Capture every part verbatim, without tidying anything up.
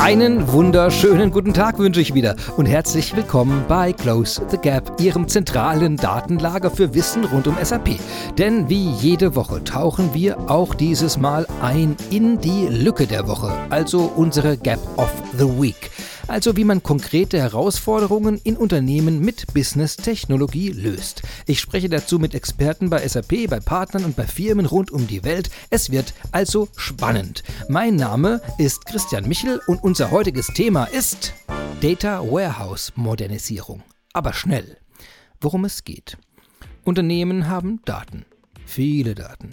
Einen wunderschönen guten Tag wünsche ich wieder und herzlich willkommen bei Close the Gap, Ihrem zentralen Datenlager für Wissen rund um S A P. Denn wie jede Woche tauchen wir auch dieses Mal ein in die Lücke der Woche, also unsere Gap of the Week. Also wie man konkrete Herausforderungen in Unternehmen mit Business-Technologie löst. Ich spreche dazu mit Experten bei S A P, bei Partnern und bei Firmen rund um die Welt. Es wird also spannend. Mein Name ist Christian Michel und unser heutiges Thema ist Data Warehouse Modernisierung. Aber schnell. Worum es geht. Unternehmen haben Daten. Viele Daten.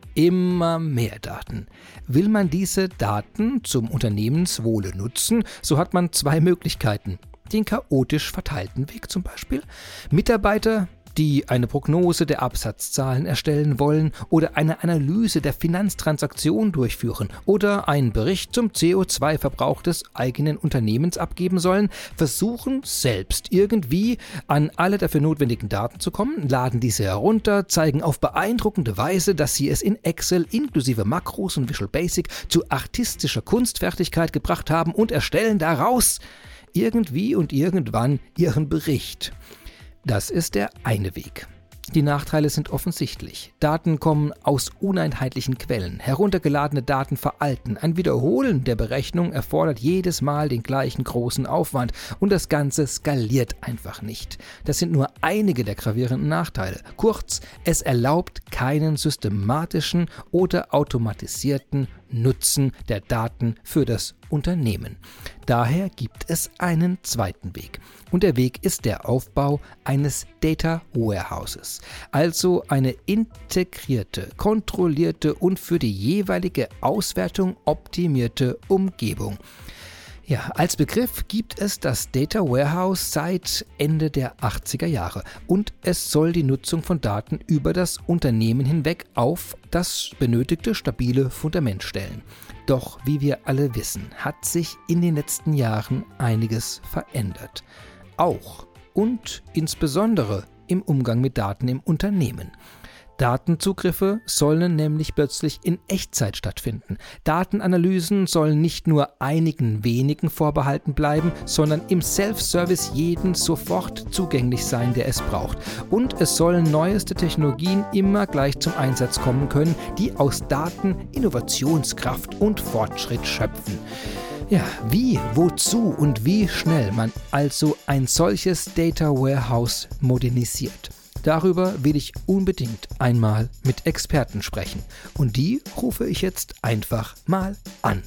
Immer mehr Daten. Will man diese Daten zum Unternehmenswohle nutzen, so hat man zwei Möglichkeiten. Den chaotisch verteilten Weg zum Beispiel. Mitarbeiter, die eine Prognose der Absatzzahlen erstellen wollen oder eine Analyse der Finanztransaktion durchführen oder einen Bericht zum C O zwei Verbrauch des eigenen Unternehmens abgeben sollen, versuchen selbst irgendwie an alle dafür notwendigen Daten zu kommen, laden diese herunter, zeigen auf beeindruckende Weise, dass sie es in Excel inklusive Makros und Visual Basic zu artistischer Kunstfertigkeit gebracht haben und erstellen daraus irgendwie und irgendwann ihren Bericht. Das ist der eine Weg. Die Nachteile sind offensichtlich. Daten kommen aus uneinheitlichen Quellen. Heruntergeladene Daten veralten. Ein Wiederholen der Berechnung erfordert jedes Mal den gleichen großen Aufwand und das Ganze skaliert einfach nicht. Das sind nur einige der gravierenden Nachteile. Kurz, es erlaubt keinen systematischen oder automatisierten Nutzen der Daten für das Unternehmen. Daher gibt es einen zweiten Weg. Und der Weg ist der Aufbau eines Data Warehouses. Also eine integrierte, kontrollierte und für die jeweilige Auswertung optimierte Umgebung. Ja, als Begriff gibt es das Data Warehouse seit Ende der achtziger Jahre und es soll die Nutzung von Daten über das Unternehmen hinweg auf das benötigte stabile Fundament stellen. Doch wie wir alle wissen, hat sich in den letzten Jahren einiges verändert. Auch und insbesondere im Umgang mit Daten im Unternehmen. Datenzugriffe sollen nämlich plötzlich in Echtzeit stattfinden. Datenanalysen sollen nicht nur einigen wenigen vorbehalten bleiben, sondern im Self-Service jeden sofort zugänglich sein, der es braucht. Und es sollen neueste Technologien immer gleich zum Einsatz kommen können, die aus Daten Innovationskraft und Fortschritt schöpfen. Ja, wie, wozu und wie schnell man also ein solches Data Warehouse modernisiert. Darüber will ich unbedingt einmal mit Experten sprechen. Und die rufe ich jetzt einfach mal an.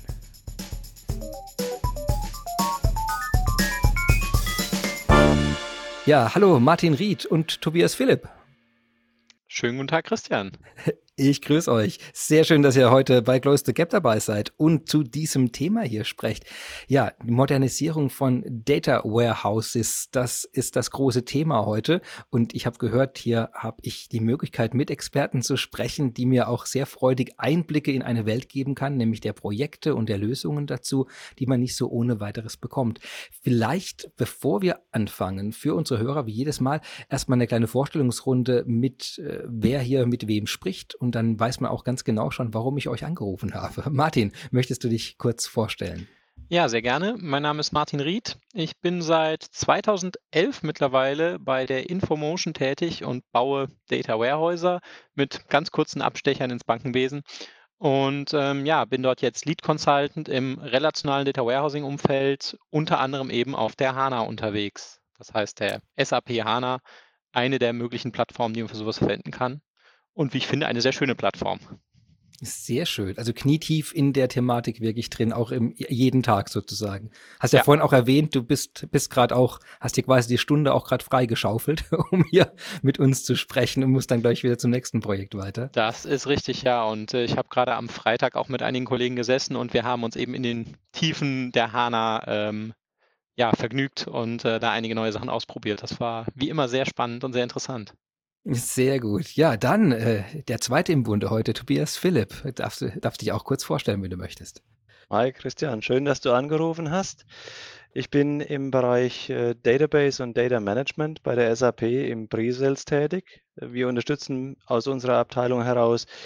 Ja, hallo Martin Ried und Tobias Philipp. Schönen guten Tag, Christian. Ich grüße euch. Sehr schön, dass ihr heute bei Close the Gap dabei seid und zu diesem Thema hier sprecht. Ja, die Modernisierung von Data Warehouses, das ist das große Thema heute. Und ich habe gehört, hier habe ich die Möglichkeit, mit Experten zu sprechen, die mir auch sehr freudig Einblicke in eine Welt geben kann, nämlich der Projekte und der Lösungen dazu, die man nicht so ohne weiteres bekommt. Vielleicht, bevor wir anfangen, für unsere Hörer wie jedes Mal erstmal eine kleine Vorstellungsrunde mit, äh, wer hier mit wem spricht. Und dann weiß man auch ganz genau schon, warum ich euch angerufen habe. Martin, möchtest du dich kurz vorstellen? Ja, sehr gerne. Mein Name ist Martin Ried. Ich bin seit zweitausendelf mittlerweile bei der Infomotion tätig und baue Data Warehäuser mit ganz kurzen Abstechern ins Bankenwesen. Und ähm, ja, bin dort jetzt Lead Consultant im relationalen Data Warehousing Umfeld, unter anderem eben auf der HANA unterwegs. Das heißt der S A P HANA, eine der möglichen Plattformen, die man für sowas verwenden kann. Und wie ich finde, eine sehr schöne Plattform. Sehr schön. Also knietief in der Thematik wirklich drin, auch im, jeden Tag sozusagen. Hast ja, ja vorhin auch erwähnt, du bist, bist gerade auch, hast dir quasi die Stunde auch gerade freigeschaufelt, um hier mit uns zu sprechen und musst dann gleich wieder zum nächsten Projekt weiter. Das ist richtig, ja. Und äh, ich habe gerade am Freitag auch mit einigen Kollegen gesessen und wir haben uns eben in den Tiefen der HANA ähm, ja, vergnügt und äh, da einige neue Sachen ausprobiert. Das war wie immer sehr spannend und sehr interessant. Sehr gut. Ja, dann äh, der zweite im Bunde heute, Tobias Philipp. Darfst du darfst dich auch kurz vorstellen, wenn du möchtest. Hi Christian, schön, dass du angerufen hast. Ich bin im Bereich äh, Database und Data Management bei der S A P im Pre-Sales tätig. Wir unterstützen aus unserer Abteilung heraus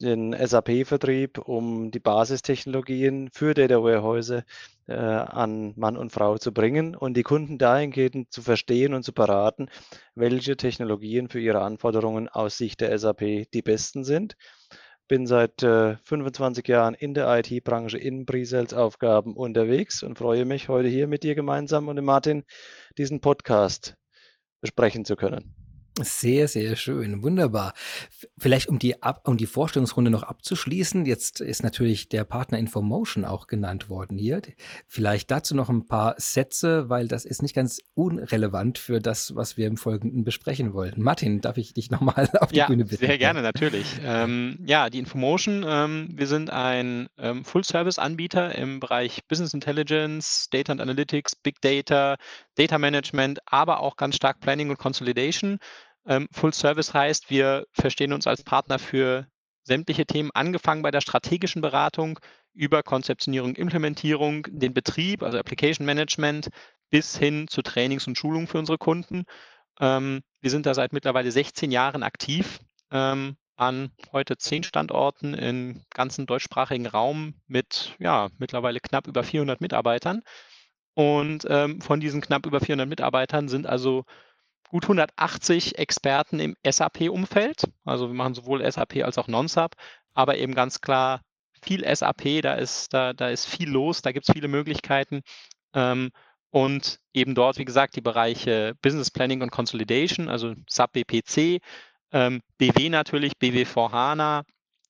den S A P-Vertrieb, um die Basistechnologien für Data Warehäuser äh, an Mann und Frau zu bringen und die Kunden dahingehend zu verstehen und zu beraten, welche Technologien für ihre Anforderungen aus Sicht der S A P die besten sind. Bin seit äh, fünfundzwanzig Jahren in der I T-Branche in Pre-Sales-Aufgaben unterwegs und freue mich, heute hier mit dir gemeinsam und dem Martin diesen Podcast besprechen zu können. Sehr, sehr schön, wunderbar. V- Vielleicht um die, Ab um die Vorstellungsrunde noch abzuschließen, jetzt ist natürlich der Partner InfoMotion auch genannt worden hier. Vielleicht dazu noch ein paar Sätze, weil das ist nicht ganz unrelevant für das, was wir im Folgenden besprechen wollten. Martin, darf ich dich nochmal auf die Ja, Bühne bitten? sehr gerne, natürlich. Ähm, ja, die InfoMotion, ähm, wir sind ein ähm, Full-Service-Anbieter im Bereich Business Intelligence, Data and Analytics, Big Data, Data Management, aber auch ganz stark Planning und Consolidation. Ähm, Full-Service heißt, wir verstehen uns als Partner für sämtliche Themen, angefangen bei der strategischen Beratung über Konzeptionierung, Implementierung, den Betrieb, also Application Management, bis hin zu Trainings und Schulungen für unsere Kunden. Ähm, wir sind da seit mittlerweile sechzehn Jahren aktiv, ähm, an heute zehn Standorten im ganzen deutschsprachigen Raum mit, ja, mittlerweile knapp über vierhundert Mitarbeitern. Und ähm, von diesen knapp über vierhundert Mitarbeitern sind also gut hundertachtzig Experten im S A P-Umfeld. Also wir machen sowohl S A P als auch Non-Sub, aber eben ganz klar viel S A P, da ist, da, da ist viel los, da gibt es viele Möglichkeiten. Ähm, und eben dort, wie gesagt, die Bereiche Business Planning und Consolidation, also SAP B P C, ähm, B W natürlich, B W vier HANA,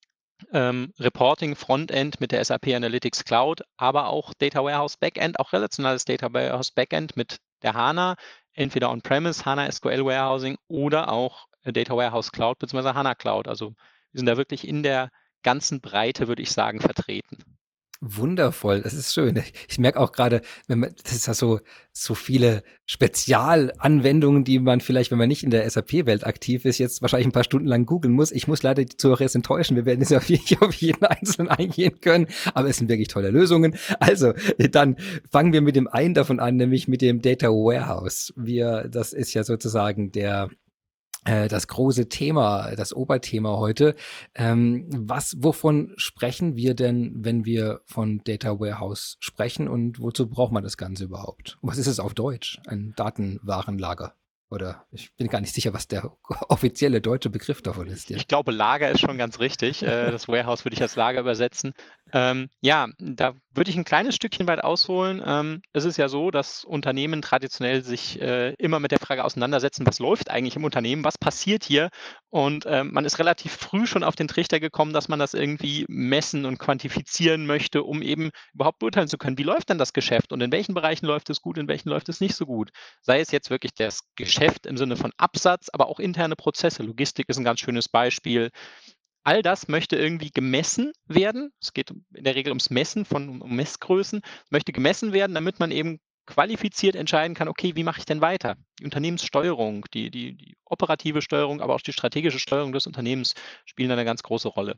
ähm, Reporting Frontend mit der S A P Analytics Cloud, aber auch Data Warehouse Backend, auch relationales Data Warehouse Backend mit der HANA, entweder On-Premise, HANA S Q L Warehousing oder auch äh, Data Warehouse Cloud bzw. HANA Cloud. Also wir sind da wirklich in der ganzen Breite, würde ich sagen, vertreten. Wundervoll, das ist schön. Ich merke auch gerade, wenn man, das ist ja so, so viele Spezialanwendungen, die man vielleicht, wenn man nicht in der S A P-Welt aktiv ist, jetzt wahrscheinlich ein paar Stunden lang googeln muss. Ich muss leider die Zuhörer jetzt enttäuschen. Wir werden jetzt auf, auf jeden einzelnen eingehen können, aber es sind wirklich tolle Lösungen. Also, dann fangen wir mit dem einen davon an, nämlich mit dem Data Warehouse. Wir, das ist ja sozusagen der, äh, das große Thema, das Oberthema heute. Ähm, was, wovon sprechen wir denn, wenn wir von Data Warehouse sprechen und wozu braucht man das Ganze überhaupt? Was ist es auf Deutsch? Ein Datenwarenlager? Oder ich bin gar nicht sicher, was der offizielle deutsche Begriff davon ist. Ja. Ich glaube, Lager ist schon ganz richtig. Äh, das Warehouse würde ich als Lager übersetzen. Ähm, ja, da würde ich ein kleines Stückchen weit ausholen. Ähm, es ist ja so, dass Unternehmen traditionell sich äh, immer mit der Frage auseinandersetzen, was läuft eigentlich im Unternehmen, was passiert hier? Und ähm, man ist relativ früh schon auf den Trichter gekommen, dass man das irgendwie messen und quantifizieren möchte, um eben überhaupt beurteilen zu können, wie läuft denn das Geschäft und in welchen Bereichen läuft es gut, in welchen läuft es nicht so gut. Sei es jetzt wirklich das Geschäft im Sinne von Absatz, aber auch interne Prozesse. Logistik ist ein ganz schönes Beispiel. All das möchte irgendwie gemessen werden. Es geht in der Regel ums Messen von um Messgrößen. Es möchte gemessen werden, damit man eben qualifiziert entscheiden kann, okay, wie mache ich denn weiter? Die Unternehmenssteuerung, die, die, die operative Steuerung, aber auch die strategische Steuerung des Unternehmens spielen eine ganz große Rolle.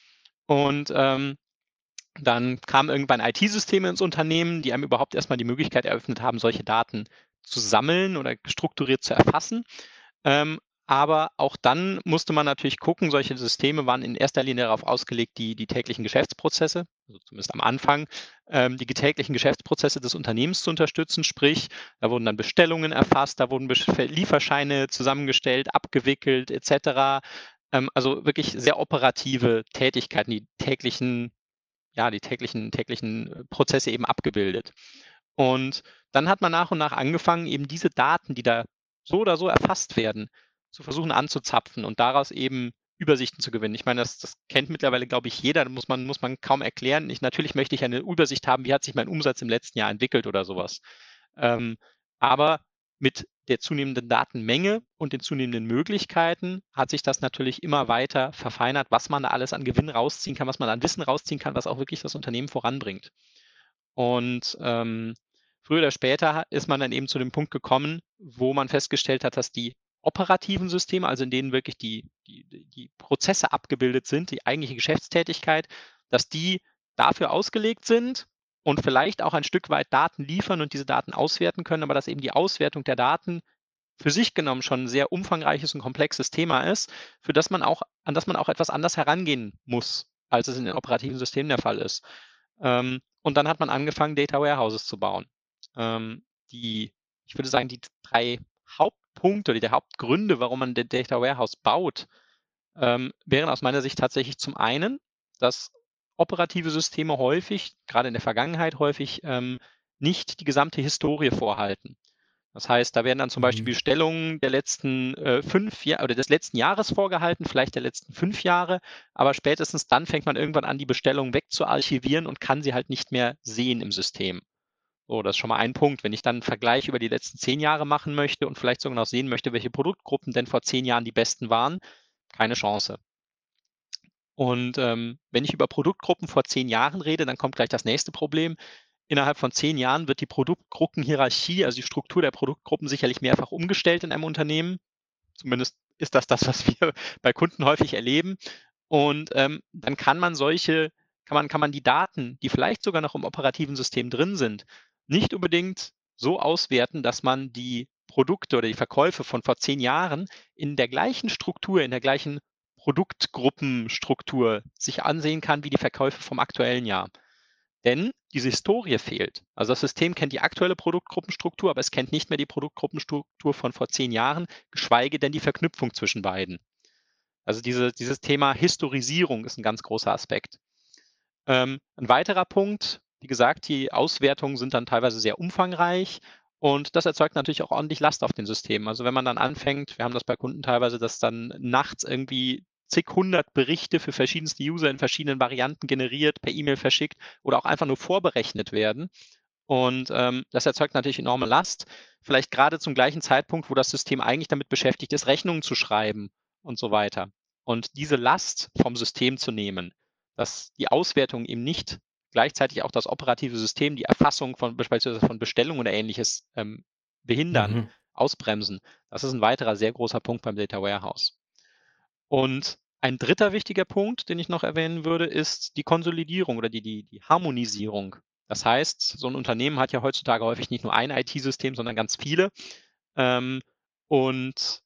Und ähm, dann kamen irgendwann I T-Systeme ins Unternehmen, die einem überhaupt erstmal die Möglichkeit eröffnet haben, solche Daten zu sammeln oder strukturiert zu erfassen. Ähm, aber auch dann musste man natürlich gucken, solche Systeme waren in erster Linie darauf ausgelegt, die, die täglichen Geschäftsprozesse, also zumindest am Anfang, ähm, die täglichen Geschäftsprozesse des Unternehmens zu unterstützen. Sprich, da wurden dann Bestellungen erfasst, da wurden Lieferscheine zusammengestellt, abgewickelt et cetera. Ähm, also wirklich sehr operative Tätigkeiten, die täglichen ja, die täglichen täglichen äh, Prozesse eben abgebildet. Und dann hat man nach und nach angefangen, eben diese Daten, die da so oder so erfasst werden, zu versuchen anzuzapfen und daraus eben Übersichten zu gewinnen. Ich meine, das, das kennt mittlerweile, glaube ich, jeder, da muss man, muss man kaum erklären. Ich, natürlich möchte ich eine Übersicht haben, wie hat sich mein Umsatz im letzten Jahr entwickelt oder sowas. Ähm, aber mit der zunehmenden Datenmenge und den zunehmenden Möglichkeiten hat sich das natürlich immer weiter verfeinert, was man da alles an Gewinn rausziehen kann, was man an Wissen rausziehen kann, was auch wirklich das Unternehmen voranbringt. Und ähm, früher oder später ist man dann eben zu dem Punkt gekommen, wo man festgestellt hat, dass die operativen Systeme, also in denen wirklich die, die, die Prozesse abgebildet sind, die eigentliche Geschäftstätigkeit, dass die dafür ausgelegt sind und vielleicht auch ein Stück weit Daten liefern und diese Daten auswerten können, aber dass eben die Auswertung der Daten für sich genommen schon ein sehr umfangreiches und komplexes Thema ist, für das man auch, an das man auch etwas anders herangehen muss, als es in den operativen Systemen der Fall ist. Ähm, und dann hat man angefangen, Data Warehouses zu bauen. Ähm, die, ich würde sagen, die drei Hauptpunkte oder die Hauptgründe, warum man den Data Warehouse baut, ähm, wären aus meiner Sicht tatsächlich zum einen, dass operative Systeme häufig, gerade in der Vergangenheit häufig, ähm, nicht die gesamte Historie vorhalten. Das heißt, da werden dann zum Beispiel Mhm. Bestellungen der letzten äh, fünf Jahre oder des letzten Jahres vorgehalten, vielleicht der letzten fünf Jahre, aber spätestens dann fängt man irgendwann an, die Bestellungen wegzuarchivieren und kann sie halt nicht mehr sehen im System. So, das ist schon mal ein Punkt. Wenn ich dann einen Vergleich über die letzten zehn Jahre machen möchte und vielleicht sogar noch sehen möchte, welche Produktgruppen denn vor zehn Jahren die besten waren, keine Chance. Und ähm, wenn ich über Produktgruppen vor zehn Jahren rede, dann kommt gleich das nächste Problem. Innerhalb von zehn Jahren wird die Produktgruppenhierarchie, also die Struktur der Produktgruppen, sicherlich mehrfach umgestellt in einem Unternehmen. Zumindest ist das das, was wir bei Kunden häufig erleben. Und ähm, dann kann man solche, kann man, kann man die Daten, die vielleicht sogar noch im operativen System drin sind, nicht unbedingt so auswerten, dass man die Produkte oder die Verkäufe von vor zehn Jahren in der gleichen Struktur, in der gleichen Produktgruppenstruktur sich ansehen kann wie die Verkäufe vom aktuellen Jahr. Denn diese Historie fehlt. Also das System kennt die aktuelle Produktgruppenstruktur, aber es kennt nicht mehr die Produktgruppenstruktur von vor zehn Jahren, geschweige denn die Verknüpfung zwischen beiden. Also diese, dieses Thema Historisierung ist ein ganz großer Aspekt. Ähm, ein weiterer Punkt, wie gesagt, die Auswertungen sind dann teilweise sehr umfangreich und das erzeugt natürlich auch ordentlich Last auf den Systemen. Also wenn man dann anfängt, wir haben das bei Kunden teilweise, dass dann nachts irgendwie zig hundert Berichte für verschiedenste User in verschiedenen Varianten generiert, per E-Mail verschickt oder auch einfach nur vorberechnet werden. Und ähm, das erzeugt natürlich enorme Last. Vielleicht gerade zum gleichen Zeitpunkt, wo das System eigentlich damit beschäftigt ist, Rechnungen zu schreiben und so weiter. Und diese Last vom System zu nehmen, dass die Auswertung eben nicht gleichzeitig auch das operative System, die Erfassung von beispielsweise von Bestellungen oder ähnliches ähm, behindern, Mhm. ausbremsen. Das ist ein weiterer sehr großer Punkt beim Data Warehouse. Und ein dritter wichtiger Punkt, den ich noch erwähnen würde, ist die Konsolidierung oder die, die, die Harmonisierung. Das heißt, so ein Unternehmen hat ja heutzutage häufig nicht nur ein I T-System, sondern ganz viele. Ähm, und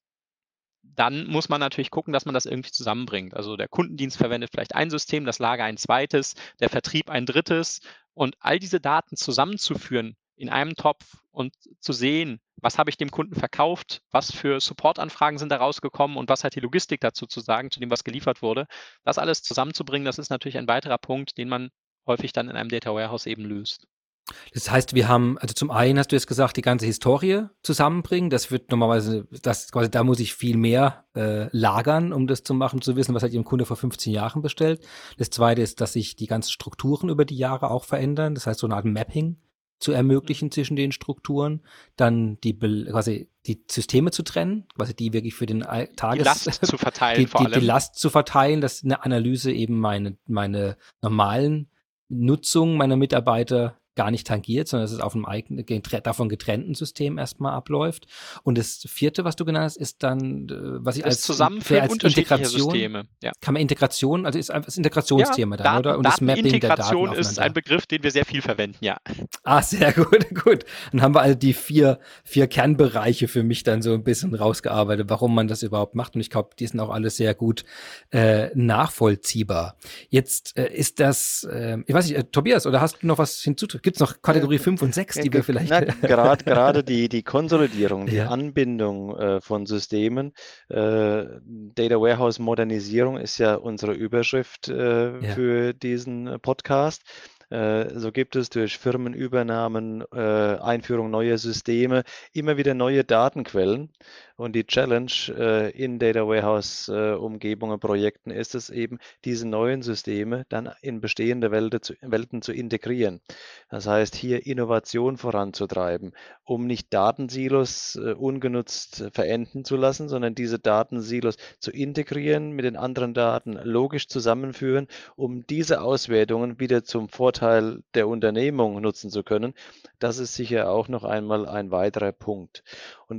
dann muss man natürlich gucken, dass man das irgendwie zusammenbringt. Also der Kundendienst verwendet vielleicht ein System, das Lager ein zweites, der Vertrieb ein drittes. Und all diese Daten zusammenzuführen in einem Topf und zu sehen, was habe ich dem Kunden verkauft, was für Supportanfragen sind da rausgekommen und was hat die Logistik dazu zu sagen, zu dem, was geliefert wurde. Das alles zusammenzubringen, das ist natürlich ein weiterer Punkt, den man häufig dann in einem Data Warehouse eben löst. Das heißt, wir haben, also zum einen hast du jetzt gesagt, die ganze Historie zusammenbringen. Das wird normalerweise, das quasi, da muss ich viel mehr äh, lagern, um das zu machen, zu wissen, was hat Ihr Kunde vor fünfzehn Jahren bestellt. Das zweite ist, dass sich die ganzen Strukturen über die Jahre auch verändern. Das heißt, so eine Art Mapping zu ermöglichen zwischen den Strukturen. Dann die quasi die Systeme zu trennen, quasi die wirklich für den Tages die Last zu verteilen die, vor die, allem. Die Last zu verteilen, dass eine Analyse eben meine, meine normalen Nutzung meiner Mitarbeiter gar nicht tangiert, sondern dass es auf einem eigenen, davon getrennten System erstmal abläuft. Und das vierte, was du genannt hast, ist dann, was ich das als, Zusammenführen als unterschiedlicher Integration, Systeme. Ja. Kann man Integration, also ist einfach das Integrationsthema ja, dann, Daten, oder? Und das Mapping der Daten Datenintegration aufeinander. ist ein Begriff, den wir sehr viel verwenden, ja. Ah, sehr gut, gut. Dann haben wir also die vier, vier Kernbereiche für mich dann so ein bisschen rausgearbeitet, warum man das überhaupt macht. Und ich glaube, die sind auch alle sehr gut äh, nachvollziehbar. Jetzt äh, ist das, äh, ich weiß nicht, äh, Tobias, oder hast du noch was hinzuzufügen? Gibt es noch Kategorie Ja, fünf und sechs, die ja, wir vielleicht... na, gerade, gerade die, die Konsolidierung, die Ja. Anbindung äh, von Systemen, äh, Data Warehouse Modernisierung ist ja unsere Überschrift äh, Ja. für diesen Podcast. Äh, So gibt es durch Firmenübernahmen, äh, Einführung neuer Systeme immer wieder neue Datenquellen. Und die Challenge äh, in Data Warehouse äh, Umgebungen, Projekten ist es eben, diese neuen Systeme dann in bestehende Welten zu, Welten zu integrieren. Das heißt, hier Innovation voranzutreiben, um nicht Datensilos äh, ungenutzt äh, verenden zu lassen, sondern diese Datensilos zu integrieren, mit den anderen Daten logisch zusammenführen, um diese Auswertungen wieder zum Vorteil der Unternehmung nutzen zu können. Das ist sicher auch noch einmal ein weiterer Punkt. Und um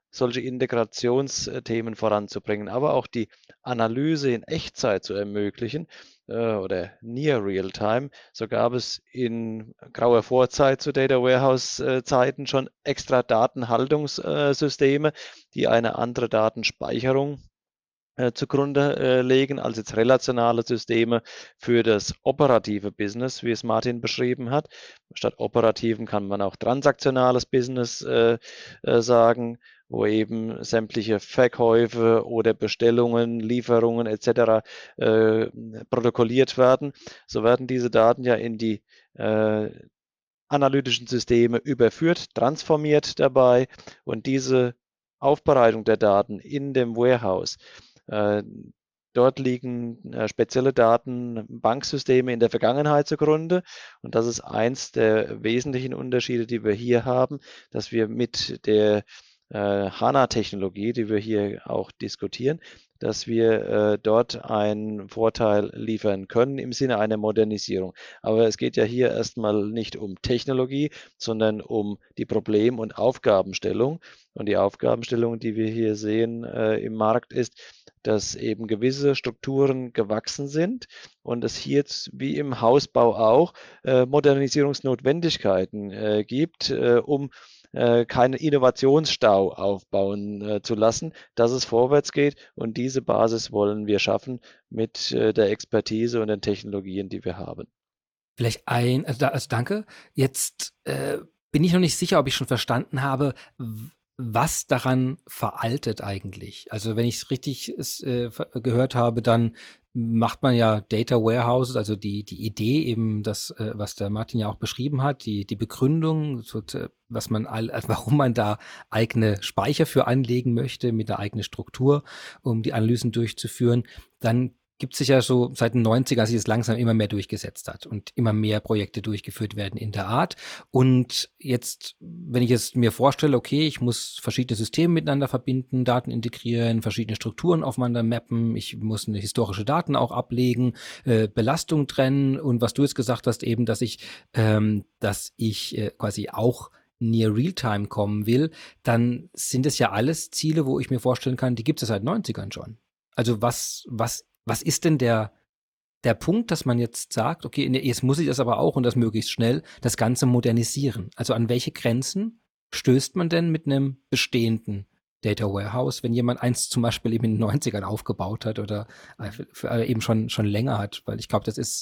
solche Integrationsthemen voranzubringen, aber auch die Analyse in Echtzeit zu ermöglichen äh, oder Near Real-Time. So gab es in grauer Vorzeit zu Data Warehouse-Zeiten schon extra Datenhaltungssysteme, die eine andere Datenspeicherung äh, zugrunde äh, legen als jetzt relationale Systeme für das operative Business, wie es Martin beschrieben hat. Statt operativen kann man auch transaktionales Business äh, äh, sagen, wo eben sämtliche Verkäufe oder Bestellungen, Lieferungen et cetera äh, protokolliert werden. So werden diese Daten ja in die äh, analytischen Systeme überführt, transformiert dabei und diese Aufbereitung der Daten in dem Warehouse. Äh, dort liegen äh, spezielle Datenbanksysteme in der Vergangenheit zugrunde und das ist eins der wesentlichen Unterschiede, die wir hier haben, dass wir mit der äh, HANA-Technologie, die wir hier auch diskutieren, dass wir äh, dort einen Vorteil liefern können im Sinne einer Modernisierung. Aber es geht ja hier erstmal nicht um Technologie, sondern um die Problem- und Aufgabenstellung. Und die Aufgabenstellung, die wir hier sehen äh, im Markt, ist, dass eben gewisse Strukturen gewachsen sind und es hier wie im Hausbau auch äh, Modernisierungsnotwendigkeiten äh, gibt, äh, um äh, keinen Innovationsstau aufbauen äh, zu lassen, dass es vorwärts geht. Und diese Basis wollen wir schaffen mit äh, der Expertise und den Technologien, die wir haben. Vielleicht ein, also, da, also danke. Jetzt äh, bin ich noch nicht sicher, ob ich schon verstanden habe, w- was daran veraltet eigentlich. Also wenn ich es richtig äh, ver- gehört habe, dann macht man ja Data Warehouses, also die die Idee eben, das, äh, was der Martin ja auch beschrieben hat, die die Begründung, so, äh, was man all, also warum man da eigene Speicher für anlegen möchte, mit einer eigenen Struktur, um die Analysen durchzuführen, dann gibt es sich ja so seit den neunzigern, sich das langsam immer mehr durchgesetzt hat und immer mehr Projekte durchgeführt werden in der Art. Und jetzt, wenn ich jetzt mir vorstelle, okay, ich muss verschiedene Systeme miteinander verbinden, Daten integrieren, verschiedene Strukturen aufeinander mappen, ich muss eine historische Daten auch ablegen, äh, Belastung trennen und was du jetzt gesagt hast, eben, dass ich, ähm, dass ich äh, quasi auch near Realtime kommen will, dann sind es ja alles Ziele, wo ich mir vorstellen kann, die gibt es seit neunzigern schon. Also was, was was ist denn der, der Punkt, dass man jetzt sagt, okay, ne, jetzt muss ich das aber auch und das möglichst schnell, das Ganze modernisieren? Also an welche Grenzen stößt man denn mit einem bestehenden Data Warehouse, wenn jemand eins zum Beispiel eben in den neunzigern aufgebaut hat oder äh, für, äh, eben schon, schon länger hat? Weil ich glaube, das ist,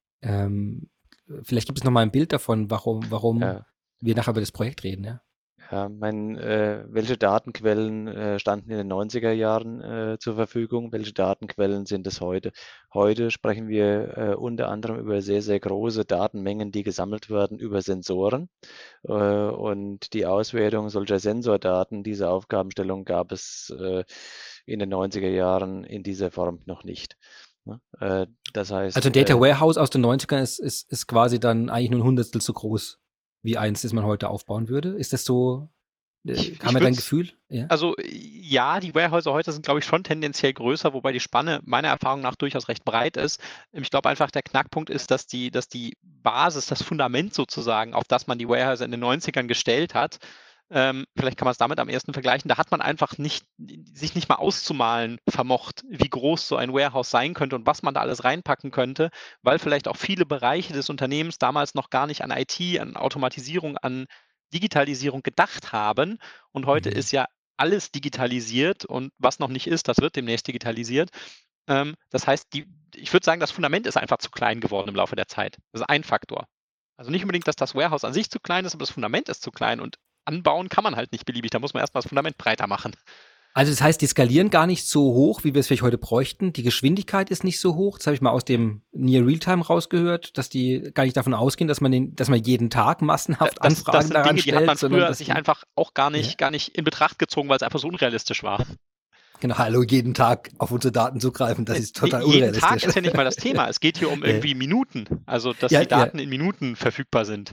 ähm, vielleicht gibt es noch mal ein Bild davon, warum, warum Ja. wir nachher über das Projekt reden, ja? Ja, mein, äh, welche Datenquellen äh, standen in den neunziger Jahren äh, zur Verfügung? Welche Datenquellen sind es heute? Heute sprechen wir äh, unter anderem über sehr, sehr große Datenmengen, die gesammelt werden über Sensoren. Äh, und die Auswertung solcher Sensordaten, diese Aufgabenstellung gab es äh, in den neunziger Jahren in dieser Form noch nicht. Ne? Äh, das heißt, Also ein Data äh, Warehouse aus den neunzigern ist, ist, ist quasi dann eigentlich nur ein Hundertstel so groß wie eins, das man heute aufbauen würde. Ist das so, äh, Ich, haben ich wir da ein würd's, Gefühl? Ja. also ja, die Warehäuser heute sind, glaube ich, schon tendenziell größer, wobei die Spanne meiner Erfahrung nach durchaus recht breit ist. Ich glaube einfach, der Knackpunkt ist, dass die, dass die Basis, das Fundament sozusagen, auf das man die Warehäuser in den neunzigern gestellt hat, ähm, vielleicht kann man es damit am ersten vergleichen, da hat man einfach nicht, sich nicht mal auszumalen vermocht, wie groß so ein Warehouse sein könnte und was man da alles reinpacken könnte, weil vielleicht auch viele Bereiche des Unternehmens damals noch gar nicht an I T, an Automatisierung, an Digitalisierung gedacht haben. Und heute Mhm. ist ja alles digitalisiert und was noch nicht ist, das wird demnächst digitalisiert. Ähm, das heißt, die, ich würde sagen, das Fundament ist einfach zu klein geworden im Laufe der Zeit. Das ist ein Faktor. Also nicht unbedingt, dass das Warehouse an sich zu klein ist, aber das Fundament ist zu klein und anbauen kann man halt nicht beliebig. Da muss man erstmal das Fundament breiter machen. Also das heißt, die skalieren gar nicht so hoch, wie wir es vielleicht heute bräuchten. Die Geschwindigkeit ist nicht so hoch. Das habe ich mal aus dem Near Realtime rausgehört, dass die gar nicht davon ausgehen, dass man den, dass man jeden Tag massenhaft Das, Anfragen das sind daran Dinge, die hat stellt, man sondern früher dass sich die, einfach auch gar nicht, Ja. gar nicht in Betracht gezogen, weil es einfach so unrealistisch war. genau, hallo, jeden Tag auf unsere Daten zugreifen, das ist total Nee, jeden unrealistisch. Tag ist ja nicht mal das Thema. Es geht hier um Ja. irgendwie Minuten. Also, dass Ja, die Daten in Minuten verfügbar sind.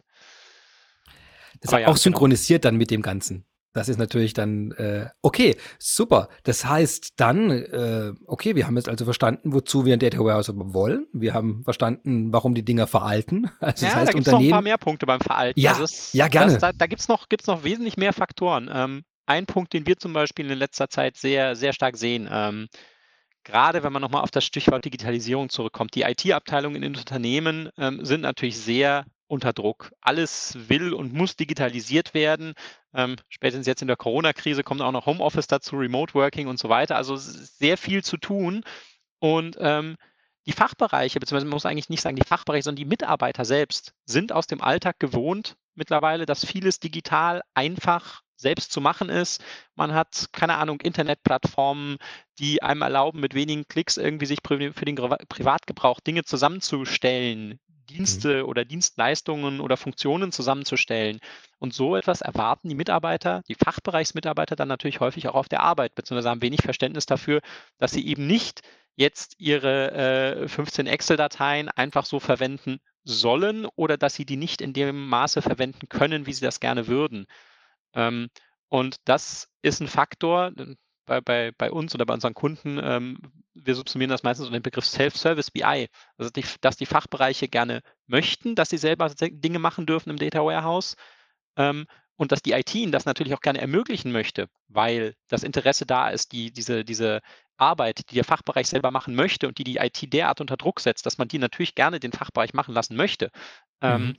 Das Aber ist ja, auch genau. synchronisiert dann mit dem Ganzen. Das ist natürlich dann, äh, okay, super. Das heißt dann, äh, okay, wir haben jetzt also verstanden, wozu wir ein Data Warehouse wollen. Wir haben verstanden, warum die Dinger veralten. Also Ja, das heißt, da gibt es noch ein Unternehmen. paar mehr Punkte beim Veralten. Ja, also es, ja, gerne. Das, da da gibt es noch, gibt's noch wesentlich mehr Faktoren. Ähm, ein Punkt, den wir zum Beispiel in letzter Zeit sehr, sehr stark sehen. Ähm, gerade wenn man nochmal auf das Stichwort Digitalisierung zurückkommt. Die I T-Abteilungen in den Unternehmen ähm, sind natürlich sehr unter Druck. Alles will und muss digitalisiert werden. Ähm, spätestens jetzt in der Corona-Krise kommt auch noch Homeoffice dazu, Remote Working und so weiter. Also es ist sehr viel zu tun. Und ähm, die Fachbereiche, beziehungsweise man muss eigentlich nicht sagen die Fachbereiche, sondern die Mitarbeiter selbst sind aus dem Alltag gewohnt mittlerweile, dass vieles digital einfach selbst zu machen ist. Man hat, keine Ahnung, Internetplattformen, die einem erlauben, mit wenigen Klicks irgendwie sich für den Privatgebrauch Dinge zusammenzustellen, Dienste mhm. oder Dienstleistungen oder Funktionen zusammenzustellen. Und so etwas erwarten die Mitarbeiter, die Fachbereichsmitarbeiter dann natürlich häufig auch auf der Arbeit, beziehungsweise haben wenig Verständnis dafür, dass sie eben nicht jetzt ihre äh, fünfzehn Excel-Dateien einfach so verwenden sollen oder dass sie die nicht in dem Maße verwenden können, wie sie das gerne würden. Ähm, und das ist ein Faktor bei, bei, bei uns oder bei unseren Kunden. Ähm, wir subsumieren das meistens unter den Begriff Self-Service B I. Also die, dass die Fachbereiche gerne möchten, dass sie selber Dinge machen dürfen im Data Warehouse. Ähm, und dass die I T ihnen das natürlich auch gerne ermöglichen möchte, weil das Interesse da ist, die, diese, diese Arbeit, die der Fachbereich selber machen möchte und die die I T derart unter Druck setzt, dass man die natürlich gerne den Fachbereich machen lassen möchte. Mhm. Ähm,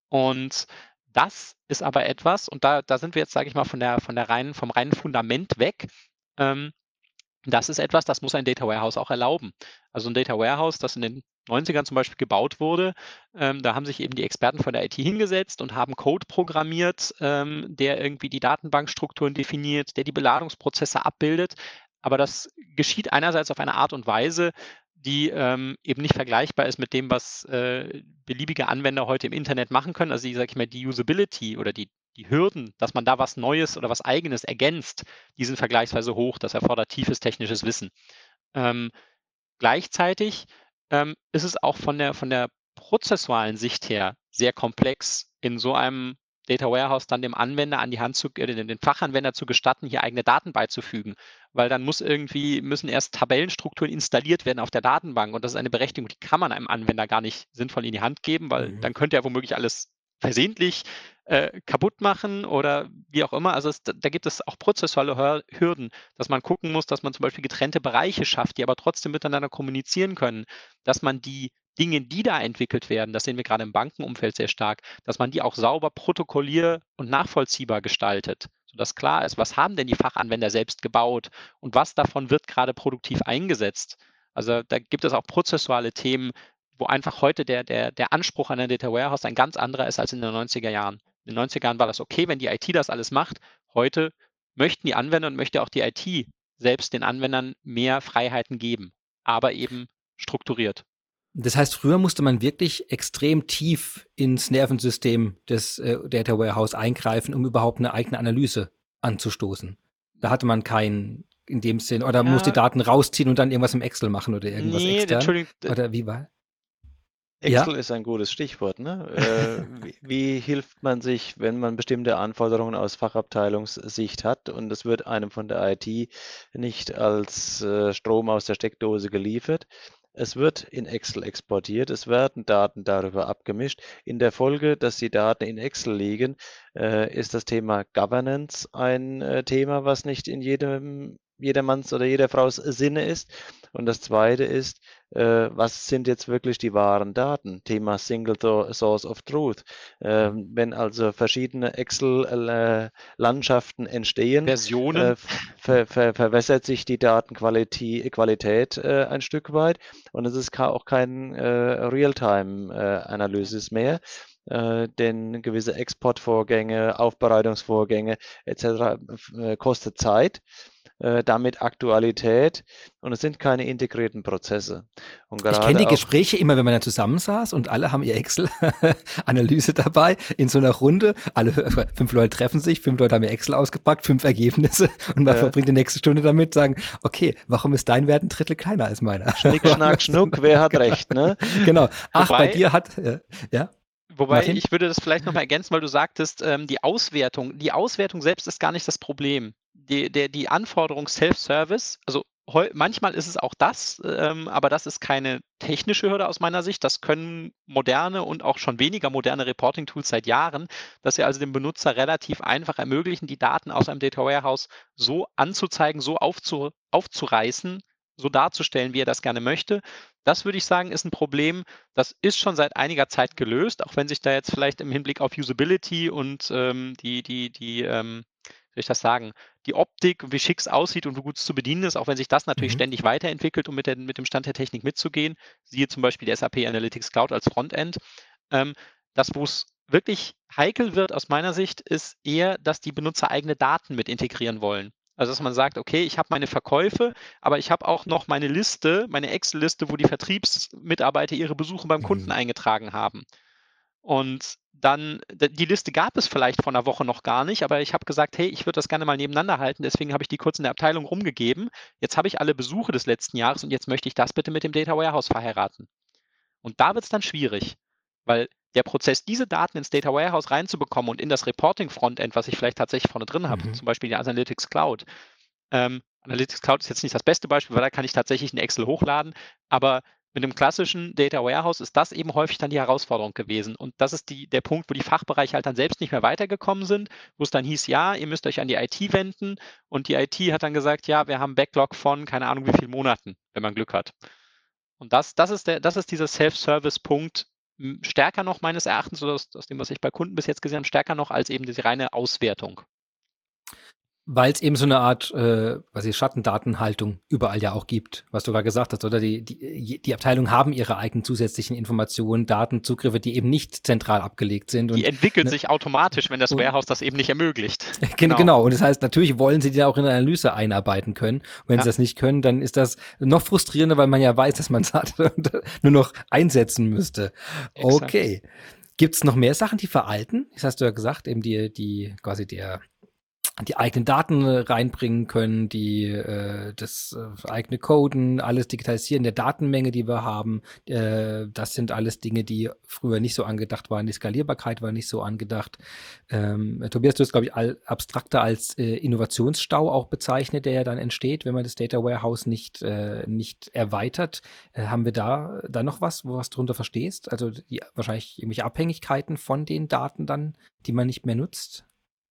und das ist aber etwas, und da, da sind wir jetzt, sage ich mal, von der, von der reinen, vom reinen Fundament weg. Ähm, das ist etwas, das muss ein Data Warehouse auch erlauben. Also ein Data Warehouse, das in den neunzigern zum Beispiel gebaut wurde, ähm, da haben sich eben die Experten von der I T hingesetzt und haben Code programmiert, ähm, der irgendwie die Datenbankstrukturen definiert, der die Beladungsprozesse abbildet. Aber das geschieht einerseits auf eine Art und Weise, die ähm, eben nicht vergleichbar ist mit dem, was äh, beliebige Anwender heute im Internet machen können. Also die, sag ich mal, die Usability oder die, die Hürden, dass man da was Neues oder was Eigenes ergänzt, die sind vergleichsweise hoch. Das erfordert tiefes technisches Wissen. Ähm, gleichzeitig ähm, ist es auch von der, von der prozessualen Sicht her sehr komplex, in so einem Data Warehouse dann dem Anwender an die Hand zu, äh, den Fachanwender zu gestatten, hier eigene Daten beizufügen. Weil dann muss irgendwie, müssen erst Tabellenstrukturen installiert werden auf der Datenbank. Und das ist eine Berechtigung, die kann man einem Anwender gar nicht sinnvoll in die Hand geben, weil mhm. dann könnte er womöglich alles versehentlich äh, kaputt machen oder wie auch immer. Also es, da gibt es auch prozessuale Hürden, dass man gucken muss, dass man zum Beispiel getrennte Bereiche schafft, die aber trotzdem miteinander kommunizieren können, dass man die Dinge, die da entwickelt werden, das sehen wir gerade im Bankenumfeld sehr stark, dass man die auch sauber protokollier- und nachvollziehbar gestaltet, sodass klar ist, was haben denn die Fachanwender selbst gebaut und was davon wird gerade produktiv eingesetzt. Also da gibt es auch prozessuale Themen, wo einfach heute der, der, der Anspruch an ein Data Warehouse ein ganz anderer ist als in den neunziger Jahren. In den neunziger Jahren war das okay, wenn die I T das alles macht. Heute möchten die Anwender und möchte auch die I T selbst den Anwendern mehr Freiheiten geben, aber eben strukturiert. Das heißt, früher musste man wirklich extrem tief ins Nervensystem des äh, Data Warehouse eingreifen, um überhaupt eine eigene Analyse anzustoßen. Da hatte man keinen in dem Sinn, oder ja. musste Daten rausziehen und dann irgendwas im Excel machen oder irgendwas nee, extern. Entschuldigung. Oder wie war? Excel Ja? ist ein gutes Stichwort. Ne? äh, wie, wie hilft man sich, wenn man bestimmte Anforderungen aus Fachabteilungssicht hat und es wird einem von der I T nicht als äh, Strom aus der Steckdose geliefert? Es wird in Excel exportiert, es werden Daten darüber abgemischt. In der Folge, dass die Daten in Excel liegen, äh, ist das Thema Governance ein äh, Thema, was nicht in jedem jedermanns oder jeder Fraus Sinne ist. Und das Zweite ist, äh, was sind jetzt wirklich die wahren Daten? Thema Single Source of Truth. Äh, wenn also verschiedene Excel-Landschaften äh, entstehen, Versionen, äh, ver ver verwässert sich die Datenqualität Qualität, äh, ein Stück weit und es ist auch kein äh, Realtime-Analysis äh, mehr. Äh, denn gewisse Exportvorgänge, Aufbereitungsvorgänge et cetera äh, kostet Zeit. Damit Aktualität und es sind keine integrierten Prozesse. Und ich kenne die Gespräche immer, wenn man da zusammensaß und alle haben ihr Excel-Analyse dabei in so einer Runde. Alle fünf Leute treffen sich, fünf Leute haben ihr Excel ausgepackt, fünf Ergebnisse und man ja. verbringt die nächste Stunde damit, sagen, okay, warum ist dein Wert ein Drittel kleiner als meiner? Schnick, schnack, schnuck, wer hat recht, ne? Genau. Ach, Wobei, bei dir hat, äh, ja. Wobei, Martin? Ich würde das vielleicht nochmal ergänzen, weil du sagtest, ähm, die Auswertung, die Auswertung selbst ist gar nicht das Problem. Die, der, die Anforderung Self-Service, also heu manchmal ist es auch das, ähm, aber das ist keine technische Hürde aus meiner Sicht. Das können moderne und auch schon weniger moderne Reporting-Tools seit Jahren, dass sie also dem Benutzer relativ einfach ermöglichen, die Daten aus einem Data Warehouse so anzuzeigen, so aufzu aufzureißen, so darzustellen, wie er das gerne möchte. Das würde ich sagen, ist ein Problem, das ist schon seit einiger Zeit gelöst, auch wenn sich da jetzt vielleicht im Hinblick auf Usability und, ähm, die die die, ähm, wie soll ich das sagen, die Optik, wie schick es aussieht und wie gut es zu bedienen ist, auch wenn sich das natürlich Mhm. ständig weiterentwickelt, um mit der mit dem Stand der Technik mitzugehen. Siehe zum Beispiel die S A P Analytics Cloud als Frontend. Ähm, das, wo es wirklich heikel wird aus meiner Sicht, ist eher, dass die Benutzer eigene Daten mit integrieren wollen. Also, dass man sagt: „Okay, ich habe meine Verkäufe, aber ich habe auch noch meine Liste, meine Excel-Liste, wo die Vertriebsmitarbeiter ihre Besuche beim Kunden Mhm. eingetragen haben.“ Und dann d die Liste gab es vielleicht vor einer Woche noch gar nicht, aber ich habe gesagt: „Hey, ich würde das gerne mal nebeneinander halten“, deswegen habe ich die kurz in der Abteilung rumgegeben. Jetzt habe ich alle Besuche des letzten Jahres und jetzt möchte ich das bitte mit dem Data Warehouse verheiraten. Und da wird es dann schwierig, weil der Prozess, diese Daten ins Data Warehouse reinzubekommen und in das Reporting-Frontend, was ich vielleicht tatsächlich vorne drin habe, Mhm. zum Beispiel die Analytics Cloud. Ähm, Analytics Cloud ist jetzt nicht das beste Beispiel, weil da kann ich tatsächlich 'ne Excel hochladen, aber mit 'nem klassischen Data Warehouse ist das eben häufig dann die Herausforderung gewesen. Und das ist die der Punkt, wo die Fachbereiche halt dann selbst nicht mehr weitergekommen sind, wo es dann hieß: „Ja, ihr müsst euch an die I T wenden.“ Und die I T hat dann gesagt: „Ja, wir haben Backlog von keine Ahnung wie viel Monaten“, wenn man Glück hat. Und das das ist der das ist dieser Self-Service-Punkt, hm, stärker noch meines Erachtens oder aus aus dem, was ich bei Kunden bis jetzt gesehen habe, stärker noch als eben diese reine Auswertung. Weil es eben so eine Art, äh, weiß ich, Schattendatenhaltung überall ja auch gibt, was du grad gesagt hast, oder? Die die die Abteilungen haben ihre eigenen zusätzlichen Informationen, Datenzugriffe, die eben nicht zentral abgelegt sind Die und, entwickelt ne, sich automatisch, wenn das und Warehouse das eben nicht ermöglicht. gen Genau, genau. Und das heißt, natürlich wollen sie die auch in eine Analyse einarbeiten können. Und wenn ja, sie das nicht können, dann ist das noch frustrierender, weil man ja weiß, dass man's hat und nur noch einsetzen müsste. exakt. Okay. Gibt's noch mehr Sachen, die veralten? Das hast du ja gesagt, eben die die quasi der die eigenen Daten äh, reinbringen können, die äh, das äh, eigene Coden, alles digitalisieren der Datenmenge, die wir haben. Äh, das sind alles Dinge, die früher nicht so angedacht waren. Die Skalierbarkeit war nicht so angedacht. Ähm, Tobias, du hast, glaube ich, all, abstrakter als äh, Innovationsstau auch bezeichnet, der ja dann entsteht, wenn man das Data Warehouse nicht, äh, nicht erweitert. Äh, haben wir da, da noch was, wo was drunter verstehst? Also die, wahrscheinlich irgendwelche Abhängigkeiten von den Daten dann, die man nicht mehr nutzt?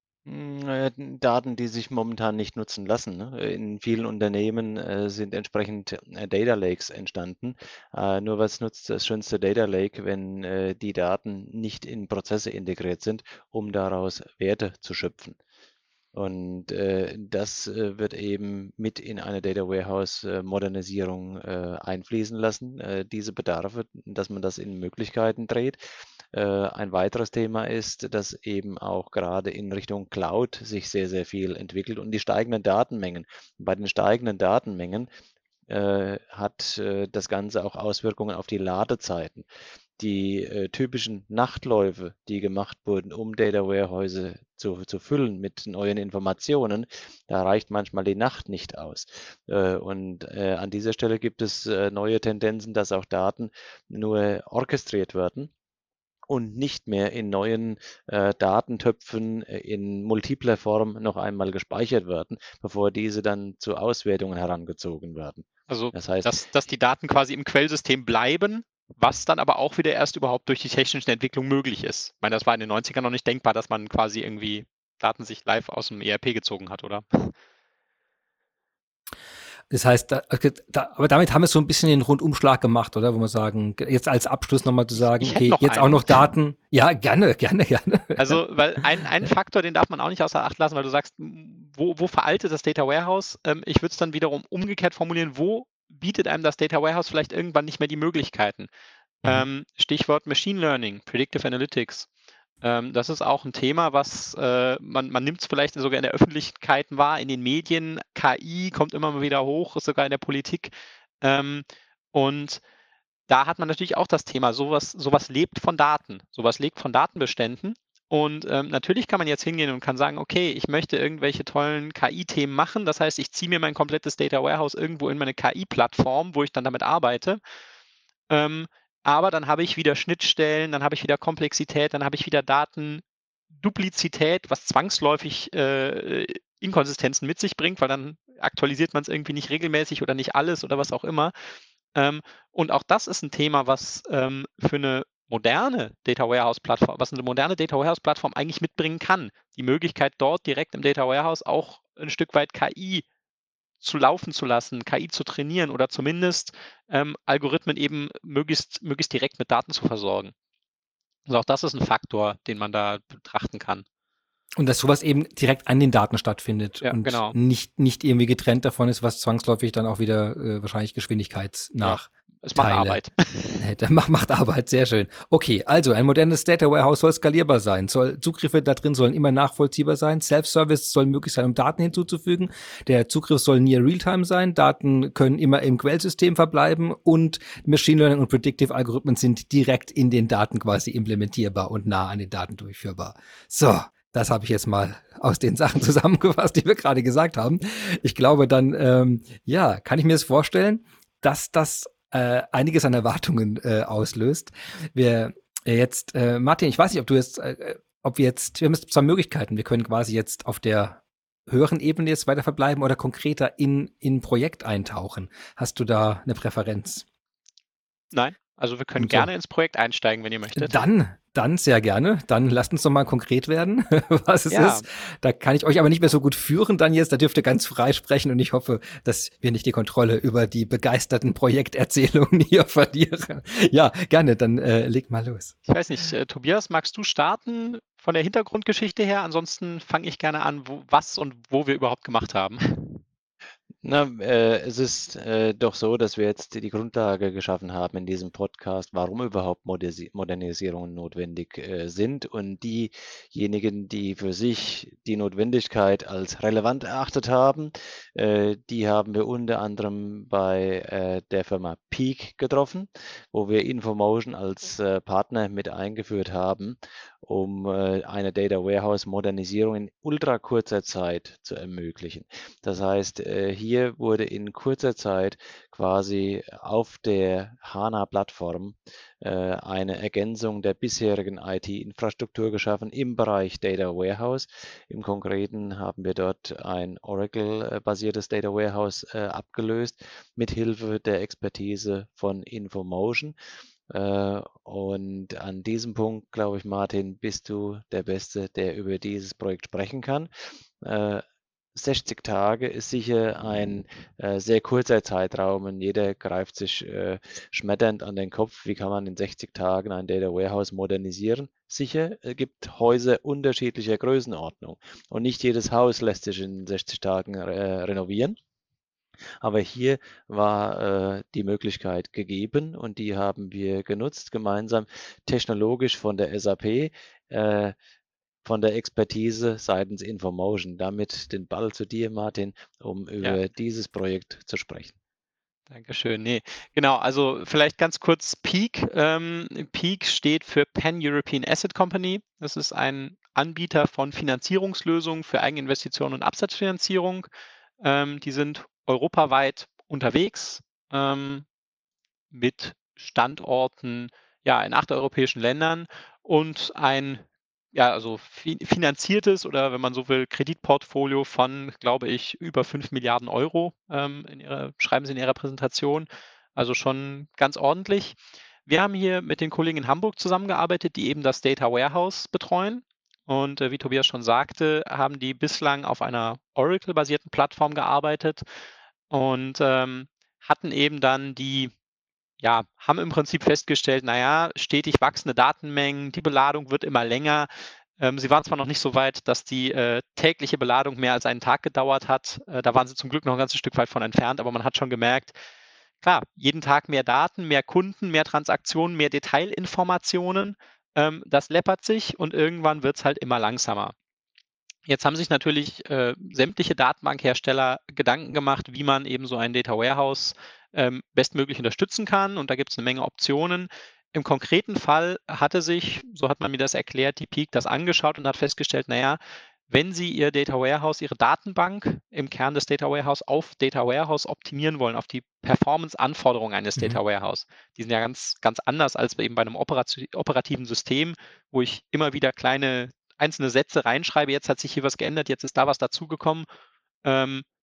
Hm, äh, Daten, die sich momentan nicht nutzen lassen, ne? In vielen Unternehmen, äh, sind entsprechend, äh, Data Lakes entstanden. Äh, nur was nutzt das schönste Data Lake, wenn, äh, die Daten nicht in Prozesse integriert sind, um daraus Werte zu schöpfen. Und, äh, das, äh, wird eben mit in eine Data Warehouse, äh, Modernisierung, äh, einfließen lassen, äh, diese Bedarfe, dass man das in Möglichkeiten dreht. Äh, ein weiteres Thema ist, dass eben auch gerade in Richtung Cloud sich sehr, sehr viel entwickelt und die steigenden Datenmengen. Bei den steigenden Datenmengen, äh, hat, äh, das Ganze auch Auswirkungen auf die Ladezeiten. Die, äh, typischen Nachtläufe, die gemacht wurden, um Data Warehäuse zu zu füllen mit neuen Informationen, da reicht manchmal die Nacht nicht aus. Äh, und, äh, an dieser Stelle gibt es, äh, neue Tendenzen, dass auch Daten nur orchestriert werden und nicht mehr in neuen, äh, Datentöpfen, äh, in multipler Form noch einmal gespeichert werden, bevor diese dann zu Auswertungen herangezogen werden. Also, Das heißt, dass dass die Daten quasi im Quellsystem bleiben, was dann aber auch wieder erst überhaupt durch die technische Entwicklung möglich ist. Ich meine, das war in den Neunzigern noch nicht denkbar, dass man quasi irgendwie Daten sich live aus dem E R P gezogen hat, oder? Das heißt, da, okay, da, aber damit haben wir so ein bisschen den Rundumschlag gemacht, oder? Wo wir sagen, jetzt als Abschluss nochmal zu Ich sagen, ich hätte okay, noch jetzt auch einen. noch Daten. Ja, gerne, gerne, gerne. Also, weil ein ein Faktor, den darf man auch nicht außer Acht lassen, weil du sagst, hm, wo wo veraltet das Data Warehouse? Ähm, ich würde es dann wiederum umgekehrt formulieren, wo bietet einem das Data Warehouse vielleicht irgendwann nicht mehr die Möglichkeiten? Mhm. Ähm, Stichwort Machine Learning, Predictive Analytics. Ähm, das ist auch ein Thema, was, äh, man man nimmt es vielleicht sogar in der Öffentlichkeit wahr, in den Medien. K I kommt immer mal wieder hoch, ist sogar in der Politik. Ähm, und da hat man natürlich auch das Thema, sowas sowas lebt von Daten. Sowas lebt von Datenbeständen. Und, ähm, natürlich kann man jetzt hingehen und kann sagen: „Okay, ich möchte irgendwelche tollen K I-Themen machen. Das heißt, ich ziehe mir mein komplettes Data Warehouse irgendwo in meine K I-Plattform, wo ich dann damit arbeite.“ Ähm, aber dann habe ich wieder Schnittstellen, dann habe ich wieder Komplexität, dann habe ich wieder Datenduplizität, was zwangsläufig, äh, Inkonsistenzen mit sich bringt, weil dann aktualisiert man es irgendwie nicht regelmäßig oder nicht alles oder was auch immer. Ähm, und auch das ist ein Thema, was ähm, für eine moderne Data Warehouse-Plattform, was eine moderne Data Warehouse-Plattform eigentlich mitbringen kann. Die Möglichkeit, dort direkt im Data Warehouse auch ein Stück weit K I zu laufen zu lassen, K I zu trainieren oder zumindest ähm, Algorithmen eben möglichst, möglichst direkt mit Daten zu versorgen. Also auch das ist ein Faktor, den man da betrachten kann. Und dass sowas eben direkt an den Daten stattfindet Ja, und genau. nicht, nicht irgendwie getrennt davon ist, was zwangsläufig dann auch wieder äh, wahrscheinlich geschwindigkeitsnach Es macht Teile Arbeit. hätte. Macht, macht Arbeit, sehr schön. Okay, also ein modernes Data Warehouse soll skalierbar sein, soll Zugriffe da drin sollen immer nachvollziehbar sein, Self-Service soll möglich sein, um Daten hinzuzufügen, der Zugriff soll near real-time sein, Daten können immer im Quellsystem verbleiben und Machine Learning und Predictive Algorithmen sind direkt in den Daten quasi implementierbar und nah an den Daten durchführbar. So, das habe ich jetzt mal aus den Sachen zusammengefasst, die wir gerade gesagt haben. Ich glaube, dann, ähm, ja, kann ich mir das vorstellen, dass das äh, einiges an Erwartungen äh, auslöst. Wir äh, jetzt, äh, Martin, ich weiß nicht, ob du jetzt, äh, ob wir jetzt, wir haben jetzt zwei Möglichkeiten. Wir können quasi jetzt auf der höheren Ebene jetzt weiter verbleiben oder konkreter in in Projekt eintauchen. Hast du da eine Präferenz? Nein, also wir können Und so. gerne ins Projekt einsteigen, wenn ihr möchtet. Dann, dann sehr gerne. Dann lasst uns doch mal konkret werden, was es Ja. ist. Da kann ich euch aber nicht mehr so gut führen dann jetzt. Da dürft ihr ganz frei sprechen und ich hoffe, dass wir nicht die Kontrolle über die begeisterten Projekterzählungen hier verlieren. Ja, gerne. Dann äh, leg mal los. Ich weiß nicht, äh, Tobias, magst du starten von der Hintergrundgeschichte her? Ansonsten fange ich gerne an, wo, was und wo wir überhaupt gemacht haben. Na, äh, es ist äh, doch so, dass wir jetzt die Grundlage geschaffen haben in diesem Podcast, warum überhaupt Modersi Modernisierungen notwendig äh, sind. Und diejenigen, die für sich die Notwendigkeit als relevant erachtet haben, äh, die haben wir unter anderem bei äh, der Firma Peak getroffen, wo wir Infomotion als äh, Partner mit eingeführt haben, um äh, eine Data Warehouse Modernisierung in ultra kurzer Zeit zu ermöglichen. Das heißt, äh, hier wurde in kurzer Zeit quasi auf der HANA-Plattform äh, eine Ergänzung der bisherigen I T-Infrastruktur geschaffen im Bereich Data Warehouse. Im Konkreten haben wir dort ein Oracle-basiertes Data Warehouse äh, abgelöst, mithilfe der Expertise von Infomotion. Äh, und an diesem Punkt, glaube ich, Martin, bist du der Beste, der über dieses Projekt sprechen kann. Äh, sechzig Tage ist sicher ein äh, sehr kurzer Zeitraum und jeder greift sich äh, schmetternd an den Kopf, wie kann man in sechzig Tagen ein Data Warehouse modernisieren. Sicher, es gibt Häuser unterschiedlicher Größenordnung und nicht jedes Haus lässt sich in sechzig Tagen äh, renovieren. Aber hier war äh, die Möglichkeit gegeben und die haben wir genutzt, gemeinsam technologisch von der S A P, äh, von der Expertise seitens Infomotion. Damit den Ball zu dir, Martin, um über Ja. dieses Projekt zu sprechen. Dankeschön. Nee, genau, also vielleicht ganz kurz Peak. Ähm, Peak steht für Pan-European Asset Company. Das ist ein Anbieter von Finanzierungslösungen für Eigeninvestitionen und Absatzfinanzierung. Ähm, die sind europaweit unterwegs ähm, mit Standorten ja, in acht europäischen Ländern und ein ja, also fi finanziertes oder wenn man so will, Kreditportfolio von, glaube ich, über fünf Milliarden Euro ähm, in ihrer, schreiben sie in ihrer Präsentation. Also schon ganz ordentlich. Wir haben hier mit den Kollegen in Hamburg zusammengearbeitet, die eben das Data Warehouse betreuen. Und äh, wie Tobias schon sagte, haben die bislang auf einer Oracle-basierten Plattform gearbeitet und ähm, hatten eben dann die ja, haben im Prinzip festgestellt, naja, stetig wachsende Datenmengen, die Beladung wird immer länger. Ähm, sie waren zwar noch nicht so weit, dass die äh, tägliche Beladung mehr als einen Tag gedauert hat. Äh, da waren sie zum Glück noch ein ganzes Stück weit von entfernt, aber man hat schon gemerkt, klar, jeden Tag mehr Daten, mehr Kunden, mehr Transaktionen, mehr Detailinformationen. Ähm, das läppert sich und irgendwann wird es halt immer langsamer. Jetzt haben sich natürlich äh, sämtliche Datenbankhersteller Gedanken gemacht, wie man eben so ein Data Warehouse ähm, bestmöglich unterstützen kann. Und da gibt es eine Menge Optionen. Im konkreten Fall hatte sich, so hat man mir das erklärt, die Peak das angeschaut und hat festgestellt, naja, wenn Sie Ihr Data Warehouse, Ihre Datenbank im Kern des Data Warehouse auf Data Warehouse optimieren wollen, auf die Performance-Anforderungen eines Mhm. Data Warehouse, die sind ja ganz, ganz anders als eben bei einem operati- operativen System, wo ich immer wieder kleine einzelne Sätze reinschreibe, jetzt hat sich hier was geändert, jetzt ist da was dazugekommen. Ähm,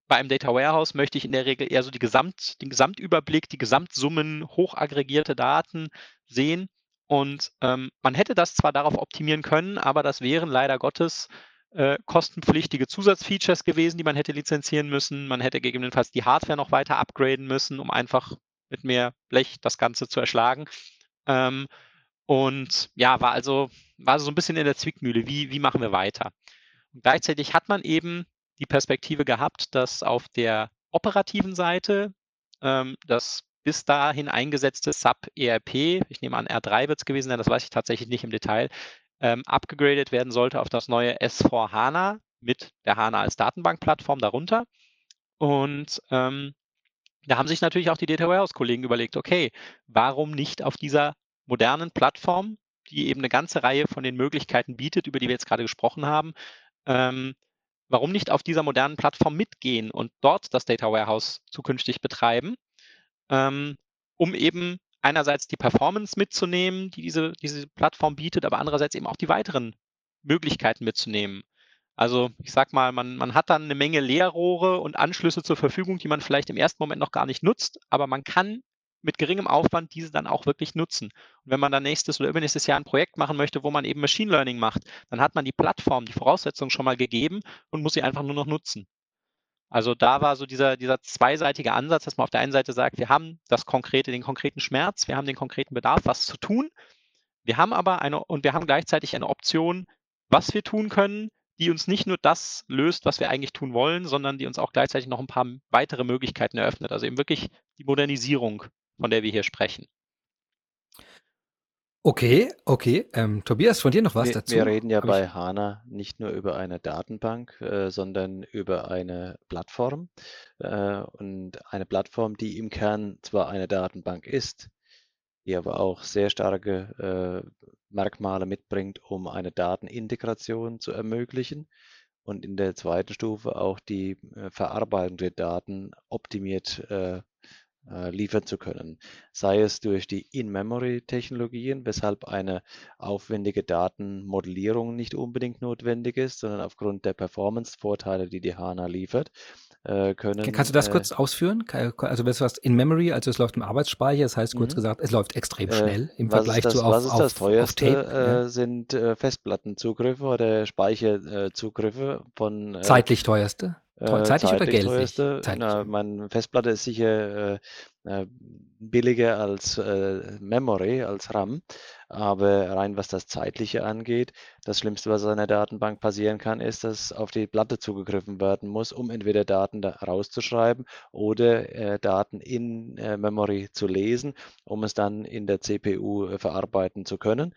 bei einem Data Warehouse möchte ich in der Regel eher so die Gesamt, den Gesamtüberblick, die Gesamtsummen, hochaggregierte Daten sehen. Und ähm, man hätte das zwar darauf optimieren können, aber das wären leider Gottes äh, kostenpflichtige Zusatzfeatures gewesen, die man hätte lizenzieren müssen. Man hätte gegebenenfalls die Hardware noch weiter upgraden müssen, um einfach mit mehr Blech das Ganze zu erschlagen. Ähm, und ja, war also, war also so ein bisschen in der Zwickmühle. Wie, wie machen wir weiter? Und gleichzeitig hat man eben die Perspektive gehabt, dass auf der operativen Seite ähm, das bis dahin eingesetzte SAP E R P, ich nehme an R drei wird es gewesen sein, das weiß ich tatsächlich nicht im Detail, ähm, abgegradet werden sollte auf das neue S vier HANA mit der HANA als Datenbankplattform darunter. Und ähm, da haben sich natürlich auch die Data Warehouse-Kollegen überlegt, okay, warum nicht auf dieser modernen Plattform, die eben eine ganze Reihe von den Möglichkeiten bietet, über die wir jetzt gerade gesprochen haben, ähm, warum nicht auf dieser modernen Plattform mitgehen und dort das Data Warehouse zukünftig betreiben, ähm, um eben einerseits die Performance mitzunehmen, die diese, diese Plattform bietet, aber andererseits eben auch die weiteren Möglichkeiten mitzunehmen. Also ich sag mal, man, man hat dann eine Menge Leerrohre und Anschlüsse zur Verfügung, die man vielleicht im ersten Moment noch gar nicht nutzt, aber man kann mit geringem Aufwand diese dann auch wirklich nutzen. Und wenn man dann nächstes oder übernächstes Jahr ein Projekt machen möchte, wo man eben Machine Learning macht, dann hat man die Plattform, die Voraussetzungen schon mal gegeben und muss sie einfach nur noch nutzen. Also da war so dieser, dieser zweiseitige Ansatz, dass man auf der einen Seite sagt, wir haben das konkrete, den konkreten Schmerz, wir haben den konkreten Bedarf, was zu tun. Wir haben aber eine, und wir haben gleichzeitig eine Option, was wir tun können, die uns nicht nur das löst, was wir eigentlich tun wollen, sondern die uns auch gleichzeitig noch ein paar weitere Möglichkeiten eröffnet. Also eben wirklich die Modernisierung, von der wir hier sprechen. Okay, okay. Ähm, Tobias, von dir noch was Wir, dazu? wir reden ja Hab bei ich- HANA nicht nur über eine Datenbank, äh, sondern über eine Plattform. Äh, und eine Plattform, die im Kern zwar eine Datenbank ist, die aber auch sehr starke äh, Merkmale mitbringt, um eine Datenintegration zu ermöglichen und in der zweiten Stufe auch die äh, Verarbeitung der Daten optimiert äh, äh, liefern zu können. Sei es durch die In-Memory-Technologien, weshalb eine aufwendige Datenmodellierung nicht unbedingt notwendig ist, sondern aufgrund der Performance-Vorteile, die die HANA liefert, äh, können. Kannst du das äh, kurz ausführen? Ka- Also wenn du hast in Memory, also es läuft im Arbeitsspeicher, das heißt kurz mhm. gesagt, es läuft extrem Äh, schnell im was ist Vergleich zu das, auf, was ist das auf, auf Tape. teuerste? Ja. Äh, sind äh, Festplattenzugriffe oder Speicherzugriffe von äh, Zeitlich teuerste? Teu äh, zeitlich oder zeitlich geldlich? teuerste. Zeitlich. Na, meine Festplatte ist sicher äh, äh, billiger als äh, Memory, als RAM, aber rein was das Zeitliche angeht, das Schlimmste, was an einer Datenbank passieren kann, ist, dass auf die Platte zugegriffen werden muss, um entweder Daten da rauszuschreiben oder äh, Daten in äh, Memory zu lesen, um es dann in der C P U äh, verarbeiten zu können.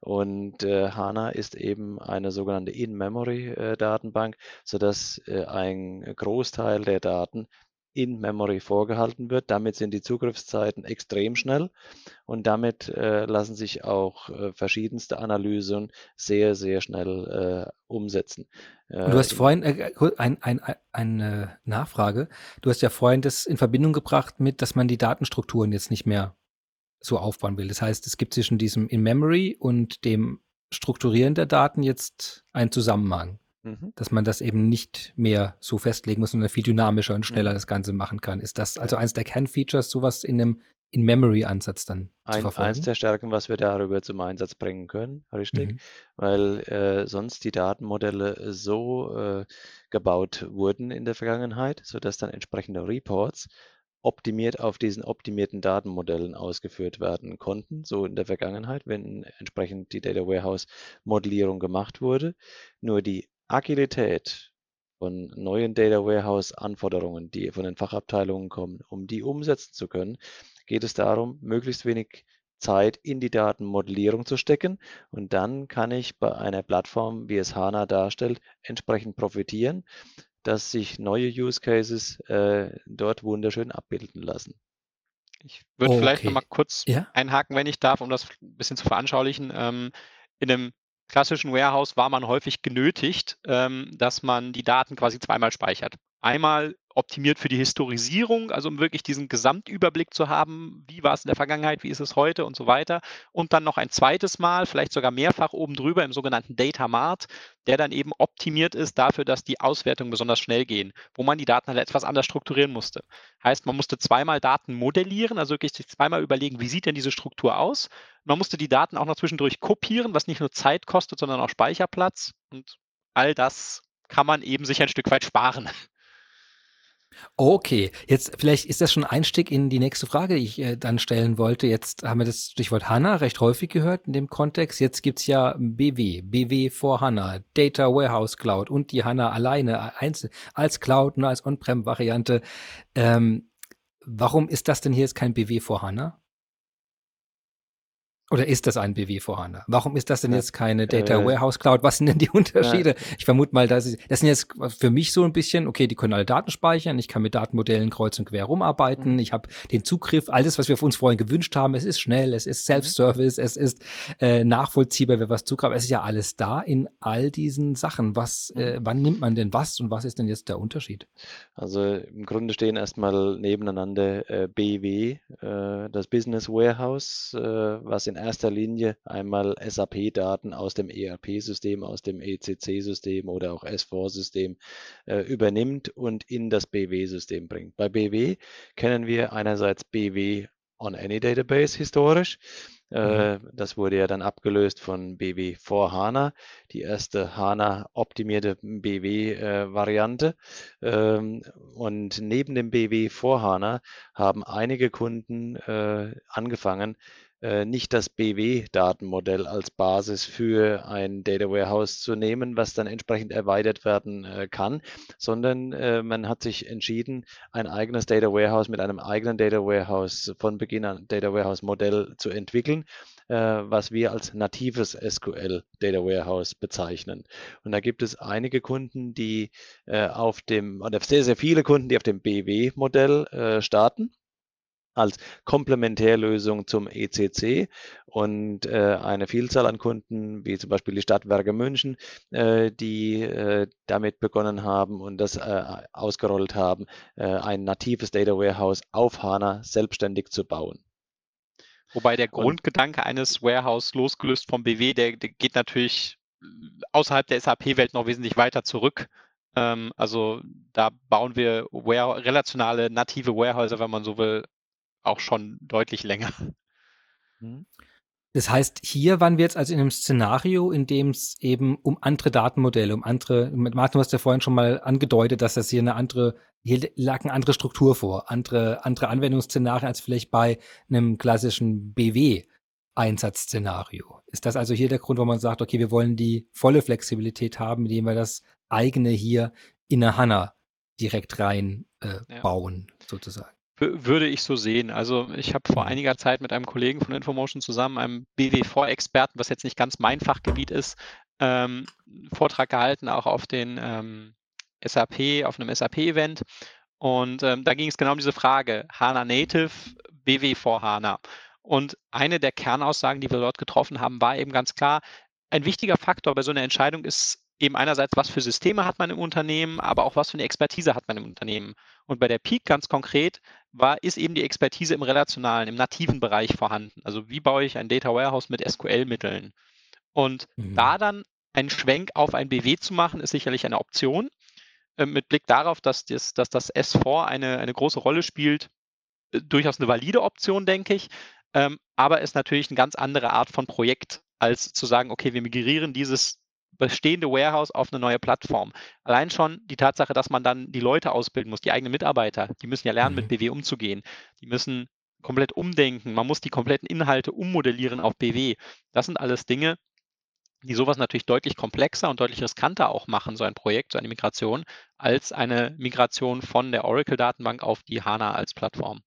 Und äh, HANA ist eben eine sogenannte In-Memory-Datenbank, sodass äh, ein Großteil der Daten in Memory vorgehalten wird. Damit sind die Zugriffszeiten extrem schnell und damit äh, lassen sich auch äh, verschiedenste Analysen sehr, sehr schnell äh, umsetzen. Und du hast Äh, in, vorhin äh, ein, ein, ein, eine Nachfrage. Du hast ja vorhin das in Verbindung gebracht mit, dass man die Datenstrukturen jetzt nicht mehr so aufbauen will. Das heißt, es gibt zwischen diesem In-Memory und dem Strukturieren der Daten jetzt einen Zusammenhang. mhm. Dass man das eben nicht mehr so festlegen muss, sondern viel dynamischer und schneller Mhm. das Ganze machen kann. Ist das also Ja. eins der Kernfeatures, sowas in einem In-Memory-Ansatz dann zu Ein, eins verfolgen? der Stärken, was wir darüber zum Einsatz bringen können, richtig, Mhm. weil äh, sonst die Datenmodelle so äh, gebaut wurden in der Vergangenheit, sodass dann entsprechende Reports optimiert auf diesen optimierten Datenmodellen ausgeführt werden konnten, so in der Vergangenheit, wenn entsprechend die Data Warehouse Modellierung gemacht wurde. Nur die Agilität von neuen Data Warehouse Anforderungen, die von den Fachabteilungen kommen, um die umsetzen zu können, geht es darum, möglichst wenig Zeit in die Datenmodellierung zu stecken und dann kann ich bei einer Plattform, wie es HANA darstellt, entsprechend profitieren, dass sich neue Use Cases äh, dort wunderschön abbilden lassen. Ich würde Oh, vielleicht noch mal okay. kurz Ja? einhaken, wenn ich darf, um das ein bisschen zu veranschaulichen. Ähm, in einem klassischen Warehouse war man häufig genötigt, ähm, dass man die Daten quasi zweimal speichert. Einmal optimiert für die Historisierung, also um wirklich diesen Gesamtüberblick zu haben, wie war es in der Vergangenheit, wie ist es heute und so weiter. Und dann noch ein zweites Mal, vielleicht sogar mehrfach oben drüber im sogenannten Data Mart, der dann eben optimiert ist dafür, dass die Auswertungen besonders schnell gehen, wo man die Daten halt etwas anders strukturieren musste. Heißt, man musste zweimal Daten modellieren, also wirklich sich zweimal überlegen, wie sieht denn diese Struktur aus. Man musste die Daten auch noch zwischendurch kopieren, was nicht nur Zeit kostet, sondern auch Speicherplatz. Und all das kann man eben sich ein Stück weit sparen. Okay, jetzt vielleicht ist das schon ein Einstieg in die nächste Frage, die ich äh, dann stellen wollte. Jetzt haben wir das Stichwort HANA recht häufig gehört in dem Kontext. Jetzt gibt's ja B W, B W for HANA, Data Warehouse Cloud und die HANA alleine einzeln als Cloud, ne, als On-Prem-Variante. Ähm, warum ist das denn hier jetzt kein B W for HANA? Oder ist das ein B W for HANA? Warum ist das denn Ja, jetzt keine Data äh, Warehouse Cloud? Was sind denn die ja, Unterschiede? Ich vermute mal, das, ist, das sind jetzt für mich so ein bisschen, okay, die können alle Daten speichern, ich kann mit Datenmodellen kreuz und quer rumarbeiten, mhm, ich habe den Zugriff, alles, was wir uns vorhin gewünscht haben, es ist schnell, es ist mhm, Self-Service, es ist äh, nachvollziehbar, wer was zugreift, es ist ja alles da in all diesen Sachen. Was, mhm. äh, wann nimmt man denn was und was ist denn jetzt der Unterschied? Also im Grunde stehen erstmal nebeneinander äh, B W, äh, das Business Warehouse, äh, was in erster Linie einmal S A P-Daten aus dem E R P-System, aus dem E C C-System oder auch S vier System äh, übernimmt und in das B W-System bringt. Bei B W kennen wir einerseits B W on any database historisch. Mhm. Äh, das wurde ja dann abgelöst von B W for HANA, die erste HANA-optimierte B W-Variante. Ähm, und neben dem B W for HANA haben einige Kunden äh, angefangen, äh, nicht das B W-Datenmodell als Basis für ein Data Warehouse zu nehmen, was dann entsprechend erweitert werden äh, kann, sondern äh, man hat sich entschieden, ein eigenes Data Warehouse mit einem eigenen Data Warehouse von Beginn an Data Warehouse Modell zu entwickeln, äh, was wir als natives S Q L Data Warehouse bezeichnen. Und da gibt es einige Kunden, die äh, auf dem, oder sehr, sehr viele Kunden, die auf dem B W-Modell äh, starten als Komplementärlösung zum E C C und äh, eine Vielzahl an Kunden, wie zum Beispiel die Stadtwerke München, äh, die äh, damit begonnen haben und das äh, ausgerollt haben, äh, ein natives Data Warehouse auf HANA selbstständig zu bauen. Wobei der Und Grundgedanke eines Warehouse losgelöst vom B W, der, der geht natürlich äh, außerhalb der S A P-Welt noch wesentlich weiter zurück. Ähm, also da bauen wir Ware relationale native Warehäuser, wenn man so will, auch schon deutlich länger. Mhm. Das heißt, hier waren wir jetzt also in einem Szenario, in dem es eben um andere Datenmodelle, um andere, Martin, du hast ja vorhin schon mal angedeutet, dass das hier eine andere, hier lag eine andere Struktur vor, andere, andere Anwendungsszenarien als vielleicht bei einem klassischen B W-Einsatzszenario. Ist das also hier der Grund, wo man sagt, okay, wir wollen die volle Flexibilität haben, indem wir das eigene hier in eine HANA direkt rein äh, Ja. bauen, sozusagen? W- Würde ich so sehen. Also ich habe vor Mhm. einiger Zeit mit einem Kollegen von Infomotion zusammen, einem B W V-Experten, was jetzt nicht ganz mein Fachgebiet ist, ähm, einen Vortrag gehalten, auch auf den ähm, S A P, auf einem S A P-Event. Und ähm, da ging es genau um diese Frage, HANA Native, B W vor HANA. Und eine der Kernaussagen, die wir dort getroffen haben, war eben ganz klar, ein wichtiger Faktor bei so einer Entscheidung ist eben einerseits, was für Systeme hat man im Unternehmen, aber auch was für eine Expertise hat man im Unternehmen. Und bei der Peak ganz konkret war, ist eben die Expertise im relationalen, im nativen Bereich vorhanden. Also wie baue ich ein Data Warehouse mit S Q L-Mitteln? Und Mhm. da dann einen Schwenk auf ein B W zu machen, ist sicherlich eine Option. Äh, mit Blick darauf, dass das, dass das S vier eine, eine große Rolle spielt, äh, durchaus eine valide Option, denke ich. Ähm, aber ist natürlich eine ganz andere Art von Projekt, als zu sagen, okay, wir migrieren dieses bestehende Warehouse auf eine neue Plattform. Allein schon die Tatsache, dass man dann die Leute ausbilden muss, die eigenen Mitarbeiter, die müssen ja lernen, mit Mhm. B W umzugehen. Die müssen komplett umdenken. Man muss die kompletten Inhalte ummodellieren auf B W. Das sind alles Dinge, die sowas natürlich deutlich komplexer und deutlich riskanter auch machen, so ein Projekt, so eine Migration, als eine Migration von der Oracle-Datenbank auf die HANA als Plattform.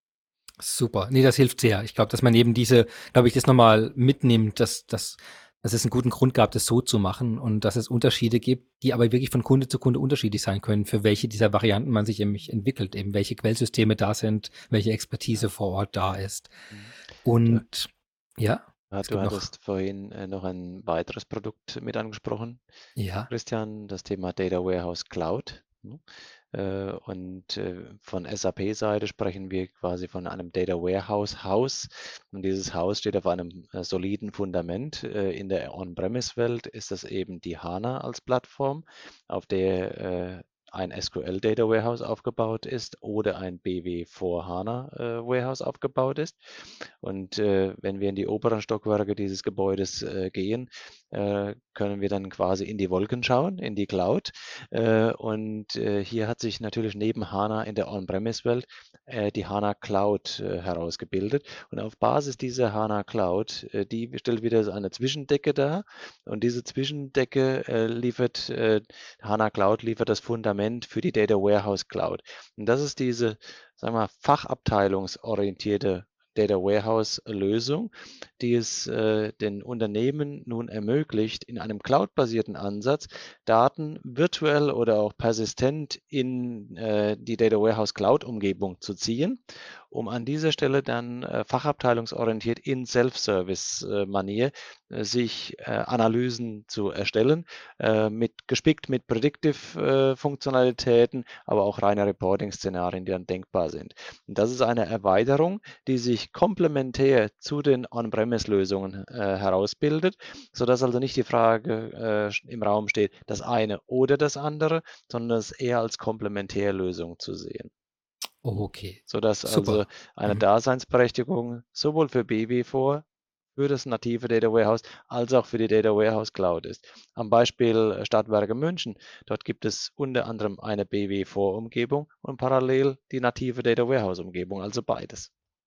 Super. Nee, das hilft sehr. Ich glaube, dass man eben diese, glaube ich, das nochmal mitnimmt, dass, dass, dass es einen guten Grund gab, das so zu machen und dass es Unterschiede gibt, die aber wirklich von Kunde zu Kunde unterschiedlich sein können, für welche dieser Varianten man sich eben entwickelt, eben welche Quellsysteme da sind, welche Expertise vor Ort da ist. Mhm. Da, Und ja, Ja, Es du gibt noch, hattest vorhin äh, noch ein weiteres Produkt mit angesprochen, ja, Christian, das Thema Data Warehouse Cloud. Ne? Äh, Und äh, von S A P-Seite sprechen wir quasi von einem Data Warehouse Haus. Und dieses Haus steht auf einem äh, soliden Fundament. Äh, In der On-Premise-Welt ist das eben die HANA als Plattform, auf der äh, ein S Q L Data Warehouse aufgebaut ist oder ein B W vier HANA äh, Warehouse aufgebaut ist. Und äh, wenn wir in die oberen Stockwerke dieses Gebäudes äh, gehen, äh, können wir dann quasi in die Wolken schauen, in die Cloud. Äh, und äh, hier hat sich natürlich neben HANA in der On-Premise-Welt äh, die HANA Cloud äh, herausgebildet. Und auf Basis dieser HANA Cloud, äh, die stellt wieder so eine Zwischendecke dar. Und diese Zwischendecke äh, liefert, äh, HANA Cloud liefert das Fundament für die Data Warehouse Cloud. Und das ist diese, sagen wir, fachabteilungsorientierte Data Warehouse-Lösung, die es äh, den Unternehmen nun ermöglicht, in einem cloud-basierten Ansatz Daten virtuell oder auch persistent in äh, die Data Warehouse Cloud-Umgebung zu ziehen, um an dieser Stelle dann äh, fachabteilungsorientiert in Self-Service-Manier äh, sich äh, Analysen zu erstellen, äh, mit, gespickt mit Predictive-Funktionalitäten, aber auch reine Reporting-Szenarien, die dann denkbar sind. Und das ist eine Erweiterung, die sich komplementär zu den On-Premise-Lösungen äh, herausbildet, sodass also nicht die Frage äh, im Raum steht, das eine oder das andere, sondern es eher als Komplementärlösung zu sehen. okay, Sodass also super. eine Mhm. Daseinsberechtigung sowohl für B W vier, für das native Data Warehouse, als auch für die Data Warehouse Cloud ist. Am Beispiel Stadtwerke München. Dort gibt es unter anderem eine B W vier-Umgebung und parallel die native Data Warehouse-Umgebung, also beides.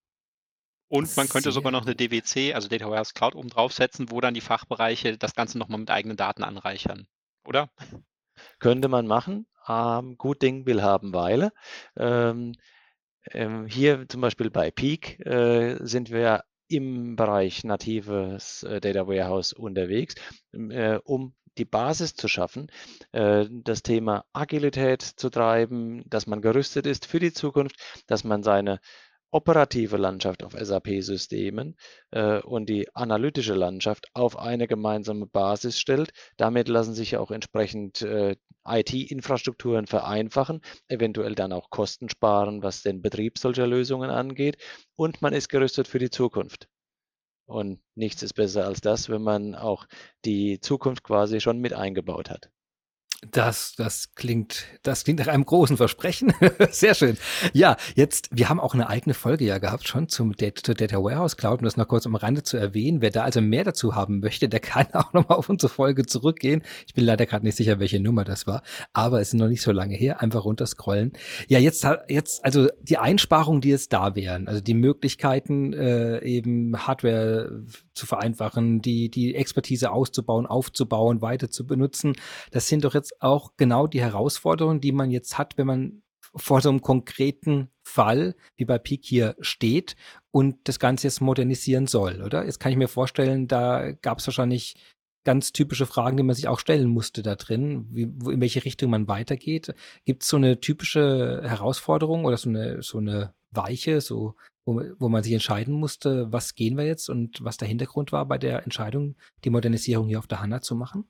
Und man könnte sogar Sehr noch eine gut. D W C, also Data Warehouse Cloud, oben draufsetzen, wo dann die Fachbereiche das Ganze noch mal mit eigenen Daten anreichern, oder? Könnte man machen. Ähm, gut Ding will haben Weile. Ähm, ähm, hier zum Beispiel bei Peak äh, sind wir im Bereich natives äh, Data Warehouse unterwegs, äh, um die Basis zu schaffen, äh, das Thema Agilität zu treiben, dass man gerüstet ist für die Zukunft, dass man seine operative Landschaft auf S A P-Systemen äh, und die analytische Landschaft auf eine gemeinsame Basis stellt. Damit lassen sich auch entsprechend äh, I T-Infrastrukturen vereinfachen, eventuell dann auch Kosten sparen, was den Betrieb solcher Lösungen angeht. Und man ist gerüstet für die Zukunft. Und nichts ist besser als das, wenn man auch die Zukunft quasi schon mit eingebaut hat. Das, das klingt, das klingt nach einem großen Versprechen. Sehr schön. Ja, jetzt, wir haben auch eine eigene Folge ja gehabt schon zum Data, zur Data Warehouse Cloud, um das noch kurz am Rande zu erwähnen. Wer da also mehr dazu haben möchte, der kann auch nochmal auf unsere Folge zurückgehen. Ich bin leider gerade nicht sicher, welche Nummer das war, aber es ist noch nicht so lange her. Einfach runterscrollen. Ja, jetzt, jetzt, also die Einsparungen, die jetzt da wären, also die Möglichkeiten, äh, eben Hardware zu vereinfachen, die, die Expertise auszubauen, aufzubauen, weiter zu benutzen, das sind doch jetzt auch genau die Herausforderungen, die man jetzt hat, wenn man vor so einem konkreten Fall wie bei Peak hier steht und das Ganze jetzt modernisieren soll, oder? Jetzt kann ich mir vorstellen, da gab es wahrscheinlich ganz typische Fragen, die man sich auch stellen musste da drin, wie, wo, in welche Richtung man weitergeht. Gibt es so eine typische Herausforderung oder so eine, so eine Weiche, so, wo, wo man sich entscheiden musste, was gehen wir jetzt und was der Hintergrund war bei der Entscheidung, die Modernisierung hier auf der HANA zu machen?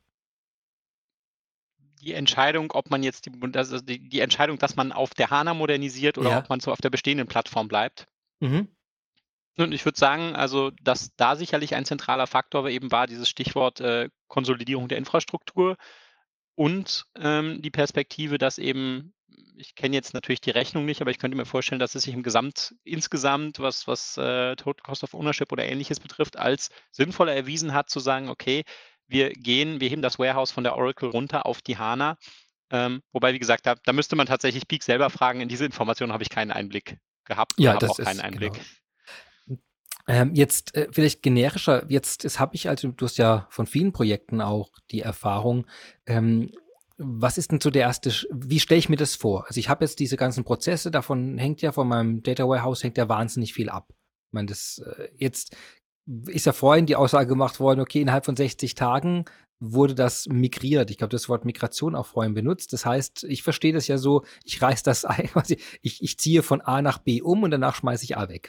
Die Entscheidung, ob man jetzt die, also die, die Entscheidung, dass man auf der HANA modernisiert oder ob Ja. man so auf der bestehenden Plattform bleibt. Mhm. Und ich würde sagen, also, dass da sicherlich ein zentraler Faktor eben war dieses Stichwort äh, Konsolidierung der Infrastruktur und ähm, die Perspektive, dass eben, ich kenne jetzt natürlich die Rechnung nicht, aber ich könnte mir vorstellen, dass es sich im Gesamt insgesamt, was, was äh, Total Cost of Ownership oder Ähnliches betrifft, als sinnvoller erwiesen hat, zu sagen, okay, wir gehen, wir heben das Warehouse von der Oracle runter auf die HANA. Ähm, wobei, wie gesagt, da, da müsste man tatsächlich Peak selber fragen. In diese Informationen habe ich keinen Einblick gehabt oder Ja, habe das auch keinen ist genau. Einblick. Ähm, jetzt äh, vielleicht generischer, jetzt, jetzt habe ich, also du hast ja von vielen Projekten auch die Erfahrung. Ähm, was ist denn so der erste, Sch- wie stelle ich mir das vor? Also ich habe jetzt diese ganzen Prozesse, davon hängt ja von meinem Data Warehouse hängt ja wahnsinnig viel ab. Ich meine, das äh, jetzt ist ja vorhin die Aussage gemacht worden, okay, innerhalb von sechzig Tagen wurde das migriert. Ich glaube, das Wort Migration auch vorhin benutzt. Das heißt, ich verstehe das ja so, ich reiß das ein, quasi, ich, ich ziehe von A nach B um und danach schmeiße ich A weg.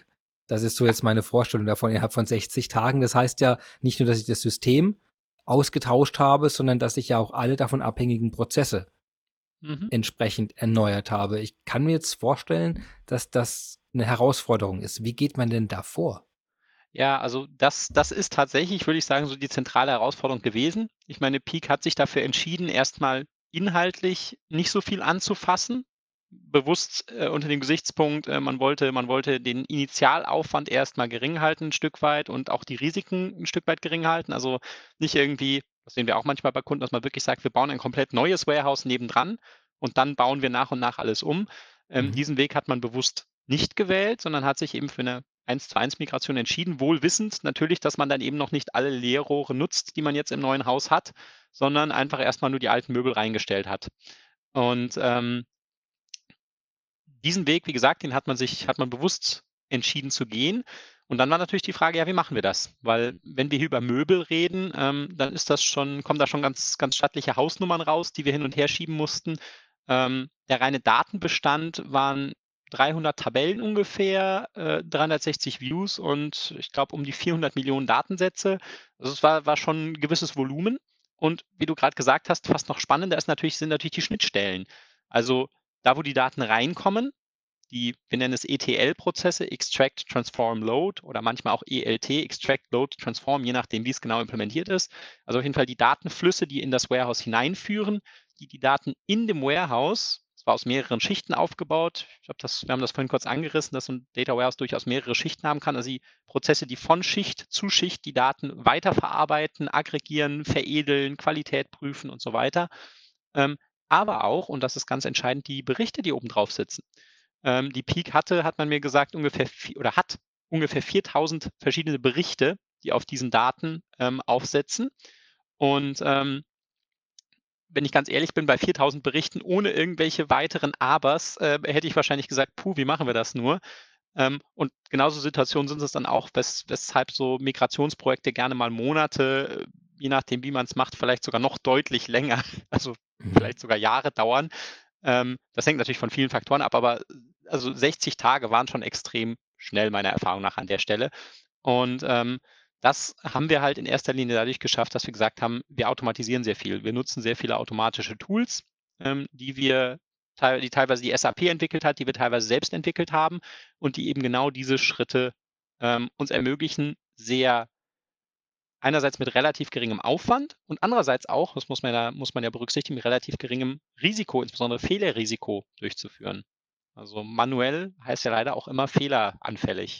Das ist so jetzt meine Vorstellung davon, innerhalb von sechzig Tagen. Das heißt ja nicht nur, dass ich das System ausgetauscht habe, sondern dass ich ja auch alle davon abhängigen Prozesse Mhm. entsprechend erneuert habe. Ich kann mir jetzt vorstellen, dass das eine Herausforderung ist. Wie geht man denn da vor? Ja, also das das ist tatsächlich, würde ich sagen, so die zentrale Herausforderung gewesen. Ich meine, Peak hat sich dafür entschieden, erstmal inhaltlich nicht so viel anzufassen, bewusst, äh, unter dem Gesichtspunkt, äh, man wollte man wollte den Initialaufwand erstmal gering halten 'n Stück weit und auch die Risiken 'n Stück weit gering halten. Also, nicht irgendwie, das sehen wir auch manchmal bei Kunden, dass man wirklich sagt: „Wir bauen ein komplett neues Warehouse nebendran und dann bauen wir nach und nach alles um." Ähm, Mhm. diesen Weg hat man bewusst nicht gewählt, sondern hat sich eben für 'ne Eins-zu-eins-Migration entschieden, wohl wissend natürlich, dass man dann eben noch nicht alle Leerrohre nutzt, die man jetzt im neuen Haus hat, sondern einfach erstmal nur die alten Möbel reingestellt hat. Und, ähm diesen Weg, wie gesagt, den hat man sich hat man bewusst entschieden zu gehen. Und dann war natürlich die Frage: „Ja, wie machen wir das?" Weil wenn wir hier über Möbel reden, ähm, dann ist das schon kommen da schon ganz ganz stattliche Hausnummern raus, die wir hin und her schieben mussten. Ähm, der reine Datenbestand waren dreihundert Tabellen ungefähr, äh, dreihundertsechzig Views und ich glaube um die vierhundert Millionen Datensätze. Also, es war war schon 'n gewisses Volumen. Und wie du grad gesagt hast, fast noch spannender ist natürlich sind natürlich die Schnittstellen. Also, da, wo die Daten reinkommen, die wir nennen es E T L-Prozesse, Extract, Transform, Load oder manchmal auch E L T, Extract, Load, Transform, je nachdem, wie es genau implementiert ist. Also auf jeden Fall die Datenflüsse, die in das Warehouse hineinführen, die die Daten in dem Warehouse, es war aus mehreren Schichten aufgebaut. Ich glaube, das wir haben das vorhin kurz angerissen, dass so 'n Data Warehouse durchaus mehrere Schichten haben kann. Also die Prozesse, die von Schicht zu Schicht die Daten weiterverarbeiten, aggregieren, veredeln, Qualität prüfen und so weiter. Ähm, aber auch, und das ist ganz entscheidend, die Berichte, die oben drauf sitzen. Ähm, die Peak hatte, hat man mir gesagt, ungefähr vi oder hat ungefähr viertausend verschiedene Berichte, die auf diesen Daten, ähm, aufsetzen. Und, ähm, wenn ich ganz ehrlich bin, bei viertausend Berichten ohne irgendwelche weiteren Abers, äh, hätte ich wahrscheinlich gesagt: „Puh, wie machen wir das nur?" Ähm, und genauso Situationen sind es dann auch, wes weshalb so Migrationsprojekte gerne mal Monate, äh, je nachdem, wie man es macht, vielleicht sogar noch deutlich länger, also Mhm. vielleicht sogar Jahre dauern. Ähm, das hängt natürlich von vielen Faktoren ab, aber äh, also sechzig Tage waren schon extrem schnell meiner Erfahrung nach an der Stelle. Und, ähm, das haben wir halt in erster Linie dadurch geschafft, dass wir gesagt haben, wir automatisieren sehr viel. Wir nutzen sehr viele automatische Tools, ähm, die wir teil die teilweise die S A P entwickelt hat, die wir teilweise selbst entwickelt haben und die eben genau diese Schritte, ähm, uns ermöglichen, sehr einerseits mit relativ geringem Aufwand und andererseits auch, das muss man ja muss man ja berücksichtigen, mit relativ geringem Risiko, insbesondere Fehlerrisiko durchzuführen. Also, manuell heißt ja leider auch immer fehleranfällig.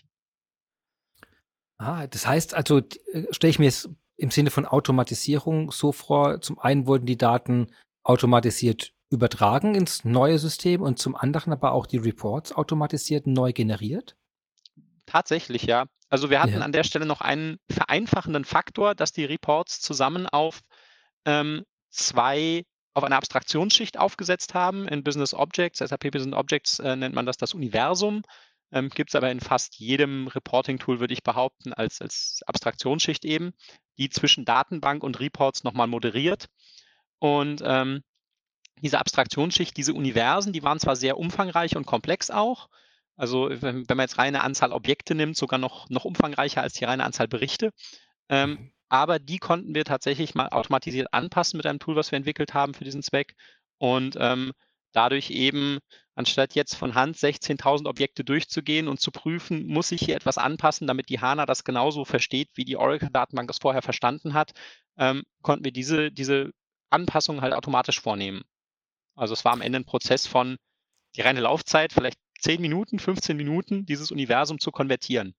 Ah, das heißt also, d äh, stelle ich mir es im Sinne von Automatisierung so vor, zum einen wurden die Daten automatisiert übertragen ins neue System und zum anderen aber auch die Reports automatisiert neu generiert? Tatsächlich, ja. Also, wir hatten Ja. an der Stelle noch einen vereinfachenden Faktor, dass die Reports zusammen auf, ähm, zwei auf eine Abstraktionsschicht aufgesetzt haben in Business Objects. S A P Business Objects, äh, nennt man das das Universum. Ähm, Gibt es aber in fast jedem Reporting-Tool, würde ich behaupten, als als Abstraktionsschicht eben, die zwischen Datenbank und Reports noch mal moderiert. Und, ähm diese Abstraktionsschicht, diese Universen, die waren zwar sehr umfangreich und komplex auch. Also, wenn wenn man jetzt reine Anzahl Objekte nimmt, sogar noch noch umfangreicher als die reine Anzahl Berichte. Ähm, Mhm. aber die konnten wir tatsächlich mal automatisiert anpassen mit einem Tool, was wir entwickelt haben für diesen Zweck. Und, ähm, dadurch eben, anstatt jetzt von Hand sechzehntausend Objekte durchzugehen und zu prüfen, muss ich hier etwas anpassen, damit die HANA das genauso versteht, wie die Oracle-Datenbank das vorher verstanden hat, ähm, konnten wir diese diese Anpassung halt automatisch vornehmen. Also, es war am Ende 'n Prozess von die reine Laufzeit, vielleicht zehn Minuten, fünfzehn Minuten, dieses Universum zu konvertieren.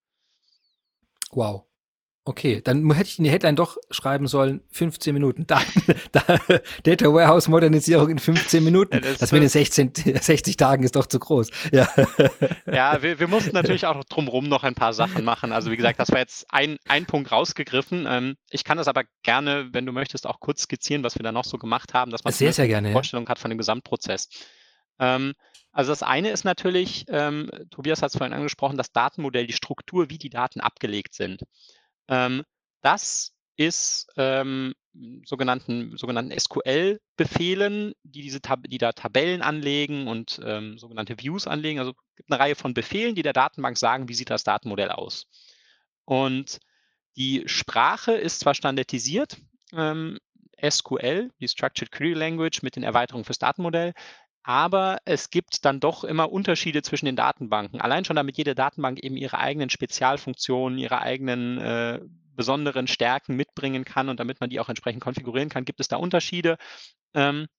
Wow. Okay, dann mu hätte ich in die Headline doch schreiben sollen, fünfzehn Minuten Daten da Data Warehouse Modernisierung in fünfzehn Ja, Minuten. das Das mit den das sechzehn sechzig Tagen ist doch zu groß. Ja. ja, wir wir mussten natürlich auch noch drumrum noch ein paar Sachen machen. Also, wie gesagt, das war jetzt ein ein Punkt rausgegriffen. Ähm, ich kann das aber gerne, wenn du möchtest, auch kurz skizzieren, was wir da noch so gemacht haben, dass man Sehr, zumindest sehr eine gute gerne, ja. Vorstellung hat von dem Gesamtprozess. Ähm, also, das eine ist natürlich, ähm, Tobias hat es vorhin angesprochen, das Datenmodell, die Struktur, wie die Daten abgelegt sind. Ähm, das ist ähm, sogenannten, sogenannten S Q L-Befehlen, die, diese Tab die da Tabellen anlegen und ähm, sogenannte Views anlegen. Also es gibt eine Reihe von Befehlen, die der Datenbank sagen, wie sieht das Datenmodell aus. Und die Sprache ist zwar standardisiert, ähm, S Q L, die Structured Query Language mit den Erweiterungen fürs Datenmodell, aber es gibt dann doch immer Unterschiede zwischen den Datenbanken. Allein schon, damit jede Datenbank eben ihre eigenen Spezialfunktionen, ihre eigenen äh, besonderen Stärken mitbringen kann und damit man die auch entsprechend konfigurieren kann, gibt es da Unterschiede. Ähm,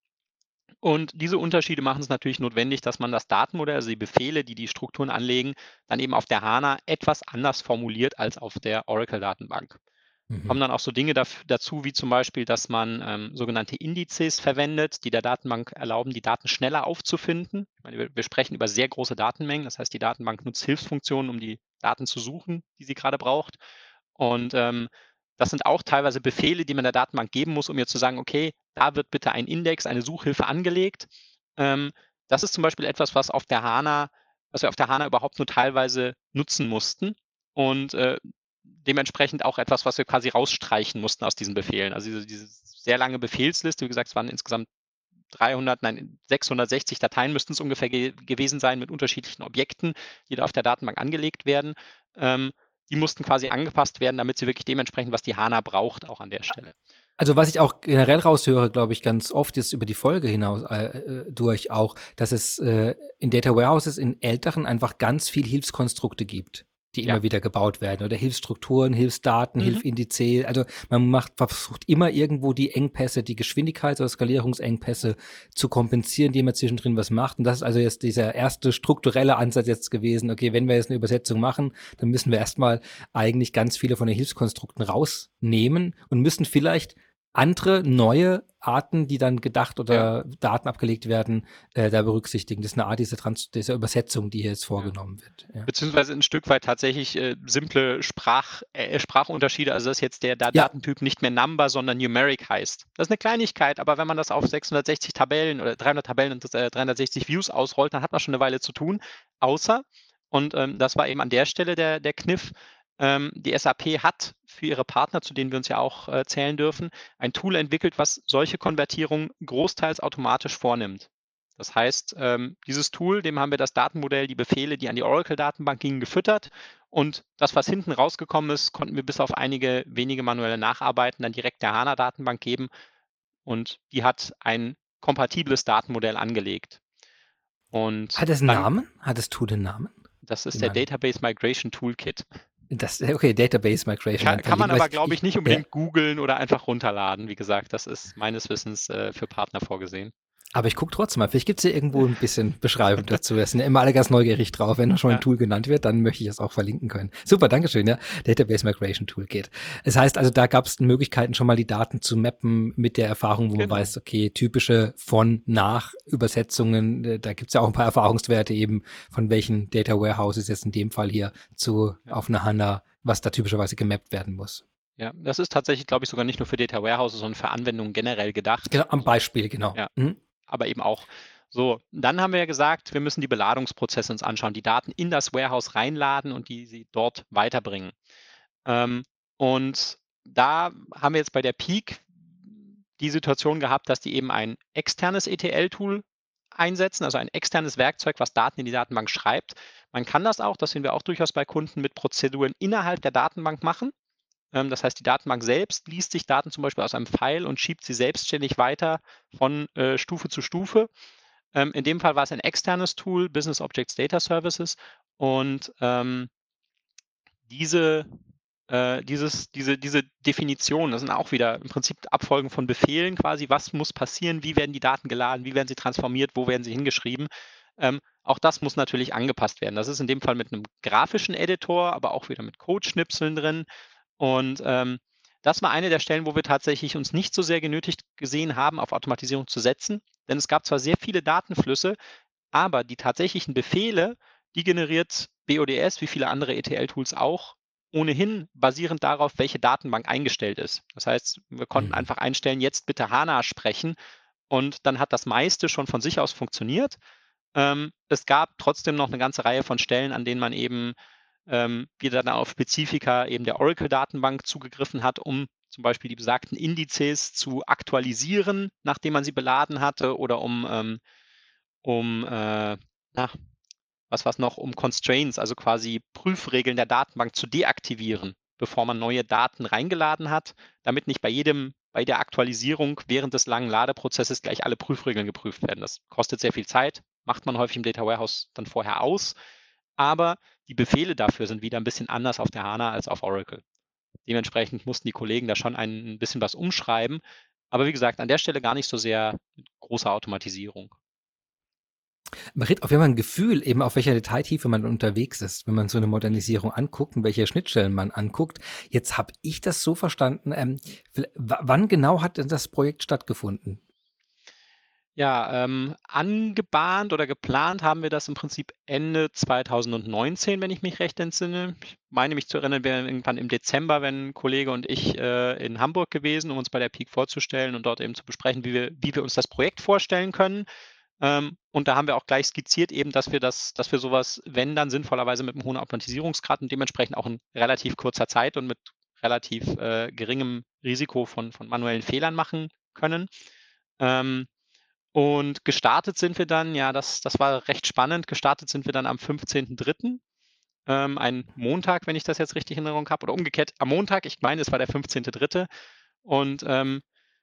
und diese Unterschiede machen es natürlich notwendig, dass man das Datenmodell, also die Befehle, die die Strukturen anlegen, dann eben auf der HANA etwas anders formuliert als auf der Oracle-Datenbank. Mhm. Kommen dann auch so Dinge daf- dazu, wie zum Beispiel, dass man ähm, sogenannte Indizes verwendet, die der Datenbank erlauben, die Daten schneller aufzufinden. Ich meine, wir, wir sprechen über sehr große Datenmengen, das heißt, die Datenbank nutzt Hilfsfunktionen, um die Daten zu suchen, die sie gerade braucht. Und ähm, das sind auch teilweise Befehle, die man der Datenbank geben muss, um ihr zu sagen, okay, da wird bitte ein Index, eine Suchhilfe angelegt. Ähm, das ist zum Beispiel etwas, was auf der HANA, was wir auf der HANA überhaupt nur teilweise nutzen mussten. Und äh, dementsprechend auch etwas, was wir quasi rausstreichen mussten aus diesen Befehlen. Also diese, diese sehr lange Befehlsliste, wie gesagt, es waren insgesamt dreihundert, nein, sechshundertsechzig Dateien müssten es ungefähr ge gewesen sein mit unterschiedlichen Objekten, die da auf der Datenbank angelegt werden. Ähm, die mussten quasi angepasst werden, damit sie wirklich dementsprechend, was die HANA braucht, auch an der Stelle. Also was ich auch generell raushöre, glaube ich, ganz oft ist über die Folge hinaus äh, äh, durch auch, dass es äh, in Data Warehouses in älteren einfach ganz viel Hilfskonstrukte gibt, die Ja. immer wieder gebaut werden. Oder Hilfsstrukturen, Hilfsdaten, Mhm. Hilfindizes. Also man macht, versucht immer irgendwo die Engpässe, die Geschwindigkeits- oder Skalierungsengpässe zu kompensieren, die man zwischendrin was macht. Und das ist also jetzt dieser erste strukturelle Ansatz jetzt gewesen, okay, wenn wir jetzt eine Übersetzung machen, dann müssen wir erstmal eigentlich ganz viele von den Hilfskonstrukten rausnehmen und müssen vielleicht andere neue Arten, die dann gedacht oder Daten abgelegt werden, äh, da berücksichtigen. Das ist eine Art dieser, Trans dieser Übersetzung, die hier jetzt vorgenommen wird. Ja. Beziehungsweise ein Stück weit tatsächlich äh, simple Sprach, äh, Sprachunterschiede, also dass jetzt der da Ja. Datentyp nicht mehr Number, sondern Numeric heißt. Das ist eine Kleinigkeit, aber wenn man das auf sechshundertsechzig Tabellen oder dreihundert Tabellen und äh, dreihundertsechzig Views ausrollt, dann hat man schon eine Weile zu tun. Außer, und ähm, das war eben an der Stelle der, der Kniff, ähm, die S A P hat für ihre Partner, zu denen wir uns ja auch äh, zählen dürfen, ein Tool entwickelt, was solche Konvertierungen großteils automatisch vornimmt. Das heißt, ähm, dieses Tool, dem haben wir das Datenmodell, die Befehle, die an die Oracle-Datenbank gingen, gefüttert. Und das, was hinten rausgekommen ist, konnten wir bis auf einige wenige manuelle Nacharbeiten dann direkt der HANA-Datenbank geben. Und die hat ein kompatibles Datenmodell angelegt. Und Hat es einen dann, Namen? Hat das Tool einen Namen? das ist Wie der man- Database Migration Toolkit. Das, okay, Database Migration. Kann, dann kann man verlinken wir- aber, glaube ich, nicht Ja. unbedingt googeln oder einfach runterladen. Wie gesagt, das ist meines Wissens äh, für Partner vorgesehen. Aber ich gucke trotzdem mal, vielleicht gibt es hier irgendwo ein bisschen Beschreibung dazu. Wir sind ja immer alle ganz neugierig drauf. Wenn schon Ja. ein Tool genannt wird, dann möchte ich es auch verlinken können. Super, Dankeschön, ja. Database Migration Toolkit. Es heißt also, da gab es Möglichkeiten, schon mal die Daten zu mappen mit der Erfahrung, wo Genau. man weiß, okay, typische Von-Nach-Übersetzungen, äh, da gibt es ja auch ein paar Erfahrungswerte eben, von welchen Data Warehouses jetzt in dem Fall hier zu Ja. auf eine HANA, was da typischerweise gemappt werden muss. Ja, das ist tatsächlich, glaube ich, sogar nicht nur für Data Warehouses, sondern für Anwendungen generell gedacht. Genau, am Beispiel, genau. Ja. Mhm. Aber eben auch so. Dann haben wir ja gesagt, wir müssen die Beladungsprozesse uns anschauen, die Daten in das Warehouse reinladen und die sie dort weiterbringen. Ähm, und da haben wir jetzt bei der Peak die Situation gehabt, dass die eben ein externes E T L-Tool einsetzen, also ein externes Werkzeug, was Daten in die Datenbank schreibt. Man kann das auch, das sehen wir auch durchaus bei Kunden, mit Prozeduren innerhalb der Datenbank machen. Ähm, das heißt, die Datenbank selbst liest sich Daten zum Beispiel aus einem File und schiebt sie selbstständig weiter von äh, Stufe zu Stufe. Ähm, in dem Fall war es ein externes Tool, Business Objects Data Services. Und ähm, diese, äh, dieses, diese, diese Definition, das sind auch wieder im Prinzip Abfolgen von Befehlen quasi, was muss passieren, wie werden die Daten geladen, wie werden sie transformiert, wo werden sie hingeschrieben. Ähm, auch das muss natürlich angepasst werden. Das ist in dem Fall mit einem grafischen Editor, aber auch wieder mit Codeschnipseln drin. Und ähm, das war eine der Stellen, wo wir tatsächlich uns nicht so sehr genötigt gesehen haben, auf Automatisierung zu setzen. Denn es gab zwar sehr viele Datenflüsse, aber die tatsächlichen Befehle, die generiert B O D S, wie viele andere E T L-Tools auch, ohnehin basierend darauf, welche Datenbank eingestellt ist. Das heißt, wir konnten Mhm. einfach einstellen, jetzt bitte HANA sprechen und dann hat das meiste schon von sich aus funktioniert. Ähm, es gab trotzdem noch eine ganze Reihe von Stellen, an denen man eben ähm, wieder dann auf Spezifika eben der Oracle-Datenbank zugegriffen hat, um zum Beispiel die besagten Indizes zu aktualisieren, nachdem man sie beladen hatte, oder um, ähm, um äh, na, was war's noch, um Constraints, also quasi Prüfregeln der Datenbank zu deaktivieren, bevor man neue Daten reingeladen hat, damit nicht bei jedem, bei der Aktualisierung während des langen Ladeprozesses gleich alle Prüfregeln geprüft werden. Das kostet sehr viel Zeit, macht man häufig im Data Warehouse dann vorher aus, aber die Befehle dafür sind wieder ein bisschen anders auf der HANA als auf Oracle. Dementsprechend mussten die Kollegen da schon ein bisschen was umschreiben, aber wie gesagt, an der Stelle gar nicht so sehr mit großer Automatisierung. Man kriegt auf jeden Fall ein Gefühl, eben auf welcher Detailtiefe man unterwegs ist, wenn man so eine Modernisierung anguckt und welche Schnittstellen man anguckt. Jetzt habe ich das so verstanden, ähm, w- wann genau hat denn das Projekt stattgefunden? Ja, ähm, angebahnt oder geplant haben wir das im Prinzip Ende zweitausendneunzehn, wenn ich mich recht entsinne. Ich meine mich zu erinnern, wir wären irgendwann im Dezember, wenn ein Kollege und ich äh, in Hamburg gewesen, um uns bei der Peak vorzustellen und dort eben zu besprechen, wie wir, wie wir uns das Projekt vorstellen können. Ähm, und da haben wir auch gleich skizziert, eben, dass wir das, dass wir sowas, wenn dann sinnvollerweise mit einem hohen Automatisierungsgrad und dementsprechend auch in relativ kurzer Zeit und mit relativ äh, geringem Risiko von, von manuellen Fehlern machen können. Ähm, und gestartet sind wir dann, ja, das, das war recht spannend, gestartet sind wir dann am fünfzehnten dritten, ähm, ein Montag, wenn ich das jetzt richtig in Erinnerung habe, oder umgekehrt am Montag, ich meine, es war der fünfzehnte dritte. Und ähm,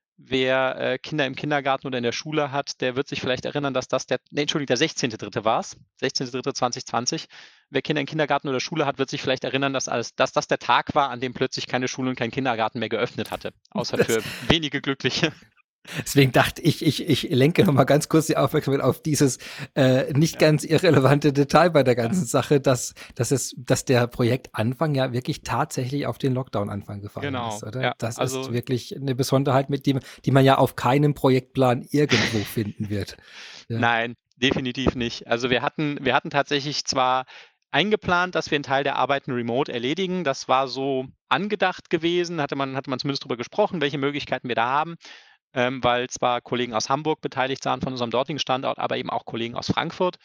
wer äh, Kinder im Kindergarten oder in der Schule hat, der wird sich vielleicht erinnern, dass das der, nee, Entschuldigung, der sechzehnte dritte war es, sechzehnte dritte zweitausendzwanzig. Wer Kinder im Kindergarten oder Schule hat, wird sich vielleicht erinnern, dass, als, dass das der Tag war, an dem plötzlich keine Schule und kein Kindergarten mehr geöffnet hatte, außer Das, für wenige Glückliche. deswegen dachte ich, ich, ich lenke noch mal ganz kurz die Aufmerksamkeit auf dieses äh, nicht Ja. ganz irrelevante Detail bei der ganzen Ja. Sache, dass, dass, es, dass der Projektanfang ja wirklich tatsächlich auf den Lockdown-Anfang gefallen Genau, ist, oder? ja, Das also ist wirklich eine Besonderheit, mit dem, die man ja auf keinem Projektplan irgendwo finden wird. Ja. nein, definitiv nicht. Also wir hatten, wir hatten tatsächlich zwar eingeplant, dass wir einen Teil der Arbeiten remote erledigen. Das war so angedacht gewesen, hatte man, hatte man zumindest darüber gesprochen, welche Möglichkeiten wir da haben, ähm, weil zwar Kollegen aus Hamburg beteiligt waren von unserem dortigen Standort, aber eben auch Kollegen aus Frankfurt.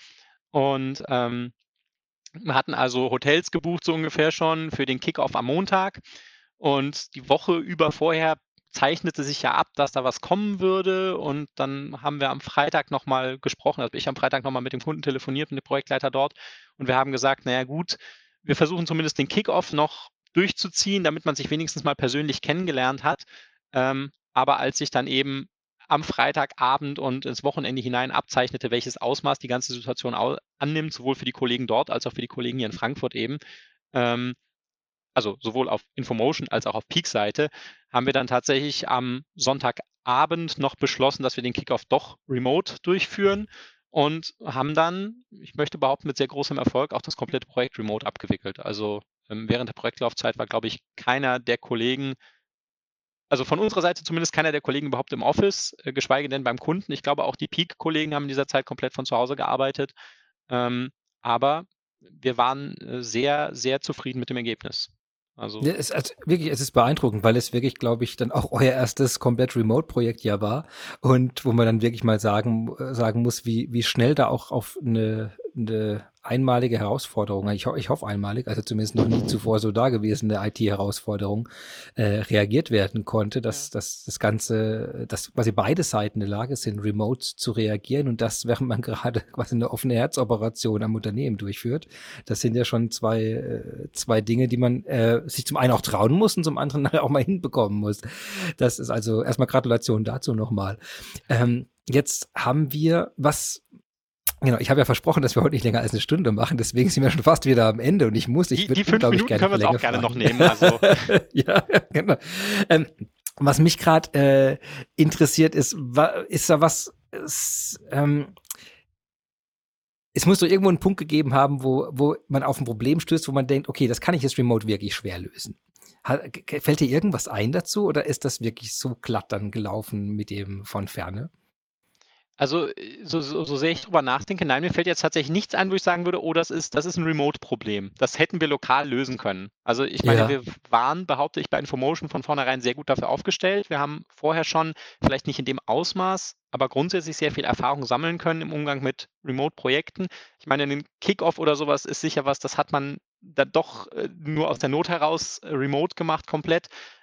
Und ähm, wir hatten also Hotels gebucht, so ungefähr schon, für den Kickoff am Montag. Und die Woche über vorher zeichnete sich ja ab, dass da was kommen würde. Und dann haben wir am Freitag nochmal gesprochen, also ich am Freitag nochmal mit dem Kunden telefoniert, mit dem Projektleiter dort. Und wir haben gesagt, naja gut, wir versuchen zumindest den Kickoff noch durchzuziehen, damit man sich wenigstens mal persönlich kennengelernt hat. Ähm, aber als sich dann eben am Freitagabend und ins Wochenende hinein abzeichnete, welches Ausmaß die ganze Situation au- annimmt, sowohl für die Kollegen dort als auch für die Kollegen hier in Frankfurt eben, ähm, also sowohl auf Infomotion als auch auf Peak-Seite, haben wir dann tatsächlich am Sonntagabend noch beschlossen, dass wir den Kickoff doch remote durchführen und haben dann, ich möchte behaupten, mit sehr großem Erfolg auch das komplette Projekt remote abgewickelt. Also ähm, während der Projektlaufzeit war, glaube ich, keiner der Kollegen, also von unserer Seite zumindest keiner der Kollegen überhaupt im Office, äh, geschweige denn beim Kunden. Ich glaube, auch die Peak-Kollegen haben in dieser Zeit komplett von zu Hause gearbeitet. Ähm, aber wir waren äh, sehr, sehr zufrieden mit dem Ergebnis. Also, Ja, es, also wirklich, es ist beeindruckend, weil es wirklich, glaube ich, dann auch euer erstes komplett Remote-Projekt ja war und wo man dann wirklich mal sagen, äh, sagen muss, wie, wie schnell da auch auf eine, eine einmalige Herausforderung, ich, ho ich hoffe einmalig, also zumindest noch nie zuvor so da gewesen, eine I T-Herausforderung, äh, reagiert werden konnte, dass, ja. dass das Ganze, dass quasi beide Seiten in der Lage sind, remote zu reagieren und das, während man gerade quasi eine offene Herzoperation am Unternehmen durchführt. Das sind ja schon zwei, äh, zwei Dinge, die man äh, sich zum einen auch trauen muss und zum anderen auch mal hinbekommen muss. Das ist also erstmal Gratulation dazu nochmal. Ähm, jetzt haben wir was. Genau, ich habe ja versprochen, dass wir heute nicht länger als eine Stunde machen, deswegen sind wir schon fast wieder am Ende und ich muss, ich Die, würde, die fünf glaube ich, Minuten gerne können wir uns für auch länger gerne noch fragen. nehmen. Also, Ja, genau. Ähm, was mich gerade äh, interessiert ist, wa, ist da was, ist, ähm, es muss doch irgendwo einen Punkt gegeben haben, wo, wo man auf ein Problem stößt, wo man denkt, okay, das kann ich jetzt remote wirklich schwer lösen. Ha- g- Fällt dir irgendwas ein dazu oder ist das wirklich so glatt dann gelaufen mit dem von Ferne? Also, äh, so, so, so sehr ich drüber nachdenke, nein, mir fällt jetzt tatsächlich nichts ein, wo ich sagen würde, oh, das ist, das ist ein Remote-Problem. Das hätten wir lokal lösen können. Also ich meine, Ja. wir waren, behaupte ich, bei Infomotion von vornherein sehr gut dafür aufgestellt. Wir haben vorher schon, vielleicht nicht in dem Ausmaß, aber grundsätzlich sehr viel Erfahrung sammeln können im Umgang mit Remote-Projekten. Ich meine, ein Kickoff oder sowas ist sicher was, das hat man dann doch äh, nur aus der Not heraus äh, remote gemacht komplett.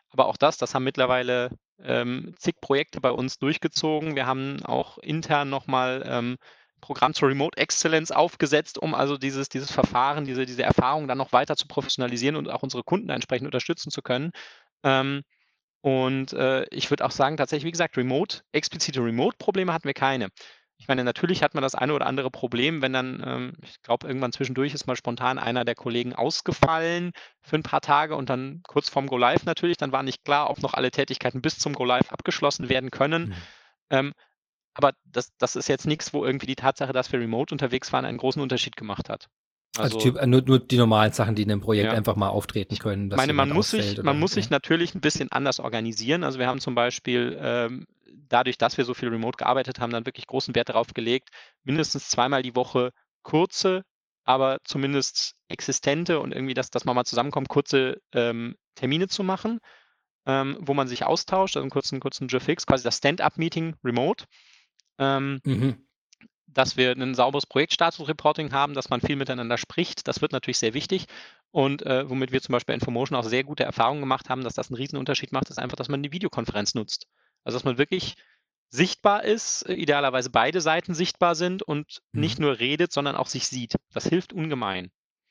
Aber auch das, das haben mittlerweile ähm, zig Projekte bei uns durchgezogen. Wir haben auch intern nochmal ähm, Programm zur Remote Excellence aufgesetzt, um also dieses, dieses Verfahren, diese, diese Erfahrung dann noch weiter zu professionalisieren und auch unsere Kunden entsprechend unterstützen zu können. Ähm, und äh, ich würde auch sagen, tatsächlich, wie gesagt, Remote, explizite Remote-Probleme hatten wir keine. Ich meine, natürlich hat man das eine oder andere Problem, wenn dann, ähm, ich glaube, irgendwann zwischendurch ist mal spontan einer der Kollegen ausgefallen für ein paar Tage und dann kurz vorm Go-Live natürlich, dann war nicht klar, ob noch alle Tätigkeiten bis zum Go-Live abgeschlossen werden können. Mhm. Ähm, aber das, das ist jetzt nichts, wo irgendwie die Tatsache, dass wir remote unterwegs waren, einen großen Unterschied gemacht hat. Also, Also, typ, nur, nur die normalen Sachen, die in einem Projekt ja. einfach mal auftreten Ich können, dass meine, man jemand muss sich, ausfällt. man Oder, muss sich ja. natürlich ein bisschen anders organisieren. Also wir haben zum Beispiel ähm, dadurch, dass wir so viel remote gearbeitet haben, dann wirklich großen Wert darauf gelegt, mindestens zweimal die Woche kurze, aber zumindest existente und irgendwie, dass, dass man mal zusammenkommt, kurze ähm, Termine zu machen, ähm, wo man sich austauscht, also einen kurzen, kurzen J F X, quasi das Stand-up-Meeting remote. Ähm, Mhm. dass wir ein sauberes Projektstatus-Reporting haben, dass man viel miteinander spricht. Das wird natürlich sehr wichtig. Und äh, womit wir zum Beispiel bei Infomotion auch sehr gute Erfahrungen gemacht haben, dass das einen Riesenunterschied macht, ist einfach, dass man die Videokonferenz nutzt. Also dass man wirklich sichtbar ist, äh, idealerweise beide Seiten sichtbar sind und Mhm. nicht nur redet, sondern auch sich sieht. Das hilft ungemein.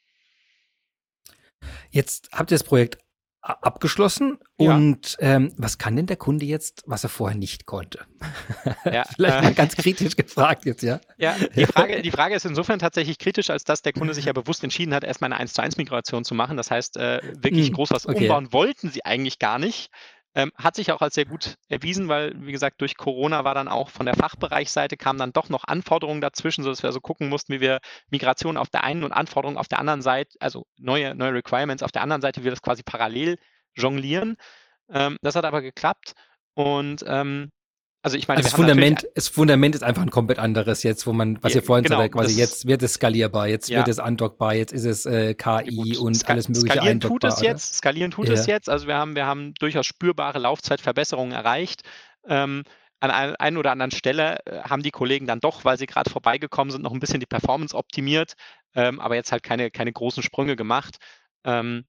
Jetzt habt ihr das Projekt a- abgeschlossen Ja. und ähm, was kann denn der Kunde jetzt, was er vorher nicht konnte? Ja, Vielleicht äh, mal ganz kritisch gefragt jetzt, ja? Ja, die Frage, die Frage ist insofern tatsächlich kritisch, als dass der Kunde sich ja bewusst entschieden hat, erstmal eine eins zu eins Migration zu machen. Das heißt, äh, wirklich Hm, groß was okay. umbauen wollten sie eigentlich gar nicht. Ähm, hat sich auch als sehr gut erwiesen, weil, wie gesagt, durch Corona war dann auch von der Fachbereichsseite kamen dann doch noch Anforderungen dazwischen, sodass wir also gucken mussten, wie wir Migration auf der einen und Anforderungen auf der anderen Seite, also neue, neue Requirements auf der anderen Seite, wie wir das quasi parallel jonglieren. Ähm, das hat aber geklappt. Und ähm, also ich meine, Also wir das haben natürlich Fundament, das Fundament ist einfach ein komplett anderes jetzt, wo man, was Ja, ihr vorhin genau, gesagt habt, quasi das- jetzt wird es skalierbar, jetzt Ja. wird es andockbar, jetzt ist es äh, K I Gut, und ska alles mögliche skalieren tut eindockbar, es oder? jetzt, skalieren tut Ja. es jetzt. Also wir haben, wir haben durchaus spürbare Laufzeitverbesserungen erreicht. Ähm, an ein, ein oder anderen Stelle äh, haben die Kollegen dann doch, weil sie gerade vorbeigekommen sind, noch ein bisschen die Performance optimiert, ähm, aber jetzt halt keine, keine großen Sprünge gemacht. Ähm,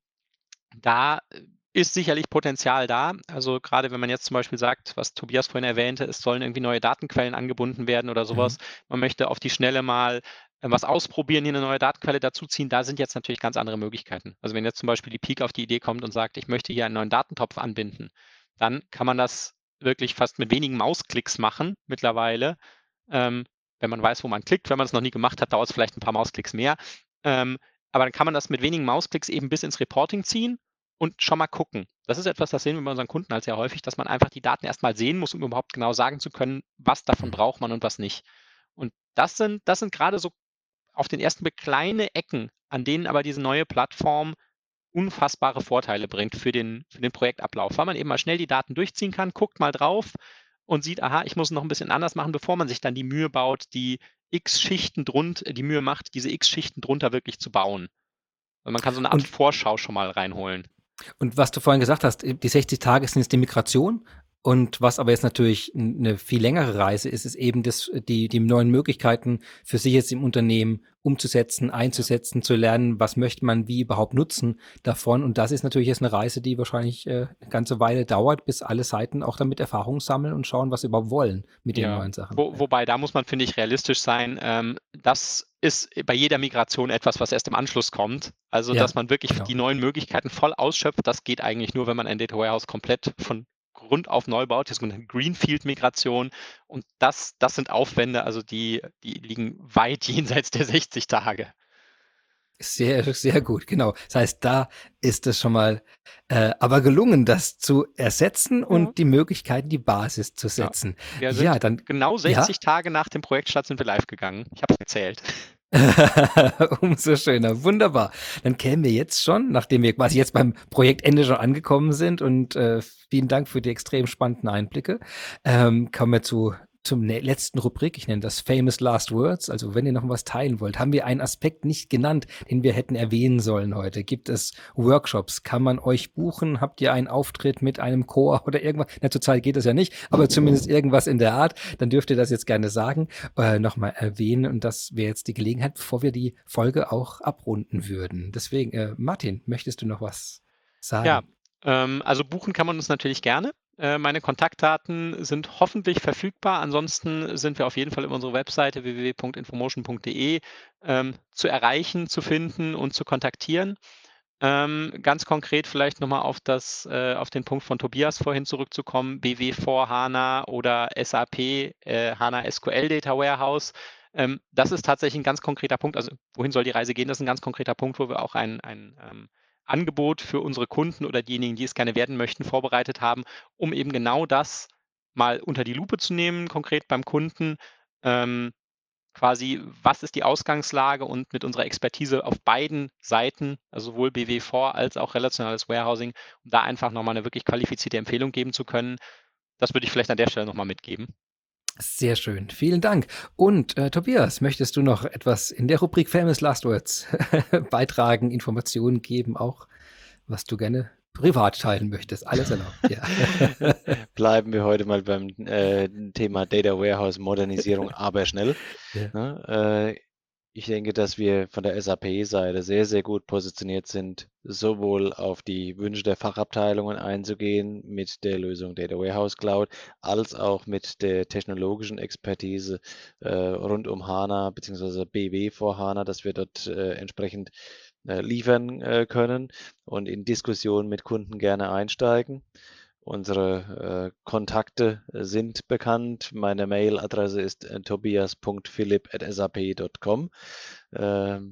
da ist sicherlich Potenzial da. Also gerade wenn man jetzt zum Beispiel sagt, was Tobias vorhin erwähnte, es sollen irgendwie neue Datenquellen angebunden werden oder sowas. Mhm. Man möchte auf die Schnelle mal äh, was ausprobieren, hier eine neue Datenquelle dazuziehen. Da sind jetzt natürlich ganz andere Möglichkeiten. Also wenn jetzt zum Beispiel die Peak auf die Idee kommt und sagt, ich möchte hier einen neuen Datentopf anbinden, dann kann man das wirklich fast mit wenigen Mausklicks machen mittlerweile. Ähm, wenn man weiß, wo man klickt. Wenn man es noch nie gemacht hat, dauert es vielleicht ein paar Mausklicks mehr. Ähm, aber dann kann man das mit wenigen Mausklicks eben bis ins Reporting ziehen und schon mal gucken. Das ist etwas, das sehen wir bei unseren Kunden halt sehr häufig, dass man einfach die Daten erstmal sehen muss, um überhaupt genau sagen zu können, was davon Mhm. braucht man und was nicht. Und das sind, das sind gerade so auf den ersten Blick kleine Ecken, an denen aber diese neue Plattform unfassbare Vorteile bringt für den, für den Projektablauf, weil man eben mal schnell die Daten durchziehen kann, guckt mal drauf und sieht, aha, ich muss es noch ein bisschen anders machen, bevor man sich dann die Mühe baut, die X Schichten drunter, die Mühe macht, diese X Schichten drunter wirklich zu bauen. Also man kann so eine Art Und- Vorschau schon mal reinholen. Und was du vorhin gesagt hast, die sechzig Tage sind jetzt die Migration. Und was aber jetzt natürlich eine viel längere Reise ist, ist eben das, die, die neuen Möglichkeiten für sich jetzt im Unternehmen umzusetzen, einzusetzen, zu lernen, was möchte man wie überhaupt nutzen davon. Und das ist natürlich jetzt eine Reise, die wahrscheinlich äh, eine ganze Weile dauert, bis alle Seiten auch damit Erfahrung sammeln und schauen, was sie überhaupt wollen mit den Ja, neuen Sachen. wo, wobei, da muss man, finde ich, realistisch sein. Ähm, das ist bei jeder Migration etwas, was erst im Anschluss kommt. Also, Ja, dass man wirklich genau. die neuen Möglichkeiten voll ausschöpft, das geht eigentlich nur, wenn man ein Data Warehouse komplett von Grund auf neu baut. Das ist eine Greenfield-Migration. Und das, das sind Aufwände, also die, die liegen weit jenseits der sechzig Tage. Sehr, sehr gut, genau. Das heißt, da ist es schon mal äh, aber gelungen, das zu ersetzen und Ja. die Möglichkeiten, die Basis zu setzen. Wir sind Ja, dann genau sechzig Tage nach dem Projektstart sind wir live gegangen. Ich habe es gezählt. umso schöner, wunderbar. Dann kämen wir jetzt schon, nachdem wir quasi jetzt beim Projektende schon angekommen sind und äh, vielen Dank für die extrem spannenden Einblicke, ähm, kommen wir zu zum ne- letzten Rubrik, ich nenne das Famous Last Words, also wenn ihr noch was teilen wollt, haben wir einen Aspekt nicht genannt, den wir hätten erwähnen sollen heute. Gibt es Workshops? Kann man euch buchen? Habt ihr einen Auftritt mit einem Chor oder irgendwas? Na, zurzeit geht das ja nicht, aber zumindest irgendwas in der Art. Dann dürft ihr das jetzt gerne sagen, äh, nochmal erwähnen und das wäre jetzt die Gelegenheit, bevor wir die Folge auch abrunden würden. Deswegen, äh, Martin, möchtest du noch was sagen? Ja, Ähm, also buchen kann man uns natürlich gerne. Äh, meine Kontaktdaten sind hoffentlich verfügbar. Ansonsten sind wir auf jeden Fall über unsere Webseite w w w punkt infomotion punkt d e ähm, zu erreichen, zu finden und zu kontaktieren. Ähm, ganz konkret vielleicht nochmal auf das, äh, auf den Punkt von Tobias vorhin zurückzukommen, B W vor HANA oder S A P, äh, HANA S Q L Data Warehouse. Ähm, das ist tatsächlich ein ganz konkreter Punkt. Also wohin soll die Reise gehen? Das ist ein ganz konkreter Punkt, wo wir auch ein, ein ähm, Angebot für unsere Kunden oder diejenigen, die es gerne werden möchten, vorbereitet haben, um eben genau das mal unter die Lupe zu nehmen, konkret beim Kunden. Ähm, quasi, was ist die Ausgangslage und mit unserer Expertise auf beiden Seiten, also sowohl B W vor als auch relationales Warehousing, um da einfach nochmal eine wirklich qualifizierte Empfehlung geben zu können. Das würde ich vielleicht an der Stelle nochmal mitgeben. Sehr schön, vielen Dank. Und äh, Tobias, möchtest du noch etwas in der Rubrik Famous Last Words beitragen, Informationen geben, auch was du gerne privat teilen möchtest? Alles erlaubt, ja. Bleiben wir heute mal beim äh, Thema Data Warehouse Modernisierung, aber schnell. Ja. Ja, äh, ich denke, dass wir von der S A P-Seite sehr, sehr gut positioniert sind, sowohl auf die Wünsche der Fachabteilungen einzugehen mit der Lösung Data Warehouse Cloud, als auch mit der technologischen Expertise äh, rund um HANA bzw. B W vor HANA, dass wir dort äh, entsprechend äh, liefern äh, können und in Diskussionen mit Kunden gerne einsteigen. Unsere äh, Kontakte sind bekannt. Meine Mailadresse ist äh, tobias punkt philipp at s a p punkt com. Ähm,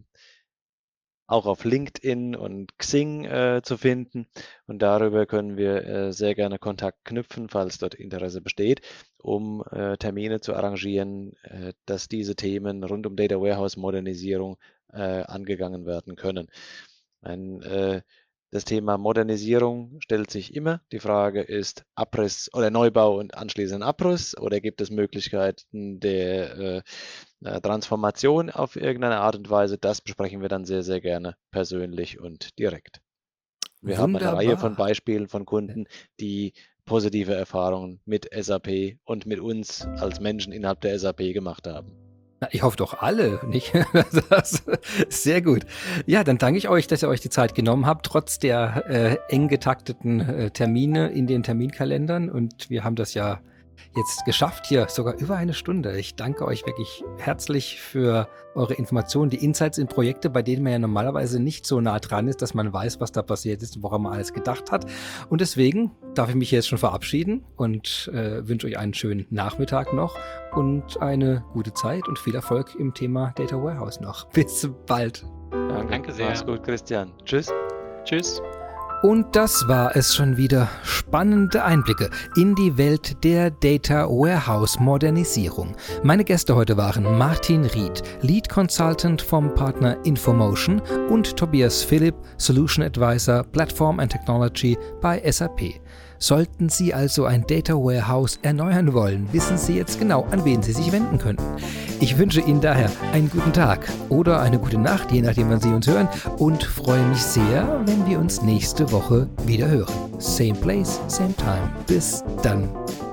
auch auf LinkedIn und Xing äh, zu finden. Und darüber können wir äh, sehr gerne Kontakt knüpfen, falls dort Interesse besteht, um äh, Termine zu arrangieren, äh, dass diese Themen rund um Data Warehouse Modernisierung äh, angegangen werden können. Ein äh, Das Thema Modernisierung stellt sich immer. Die Frage ist Abriss oder Neubau und anschließend Abriss, oder gibt es Möglichkeiten der äh, Transformation auf irgendeine Art und Weise? Das besprechen wir dann sehr, sehr gerne persönlich und direkt. Wir Wunderbar. haben eine Reihe von Beispielen von Kunden, die positive Erfahrungen mit S A P und mit uns als Menschen innerhalb der S A P gemacht haben. Ich hoffe doch alle, nicht? Das ist sehr gut. Ja, dann danke ich euch, dass ihr euch die Zeit genommen habt, trotz der äh, eng getakteten äh, Termine in den Terminkalendern. Und wir haben das ja jetzt geschafft hier, sogar über eine Stunde. Ich danke euch wirklich herzlich für eure Informationen, die Insights in Projekte, bei denen man ja normalerweise nicht so nah dran ist, dass man weiß, was da passiert ist, woran man alles gedacht hat. Und deswegen darf ich mich jetzt schon verabschieden und äh, wünsche euch einen schönen Nachmittag noch und eine gute Zeit und viel Erfolg im Thema Data Warehouse noch. Bis bald. Danke, Danke sehr. Mach's gut, Christian. Tschüss. Tschüss. Und das war es schon wieder. Spannende Einblicke in die Welt der Data Warehouse Modernisierung. Meine Gäste heute waren Martin Ried, Lead Consultant vom Partner Infomotion, und Tobias Philipp, Solution Advisor Platform and Technology bei S A P. Sollten Sie also ein Data Warehouse erneuern wollen, wissen Sie jetzt genau, an wen Sie sich wenden können. Ich wünsche Ihnen daher einen guten Tag oder eine gute Nacht, je nachdem, wann Sie uns hören, und freue mich sehr, wenn wir uns nächste Woche wieder hören. Same place, same time. Bis dann.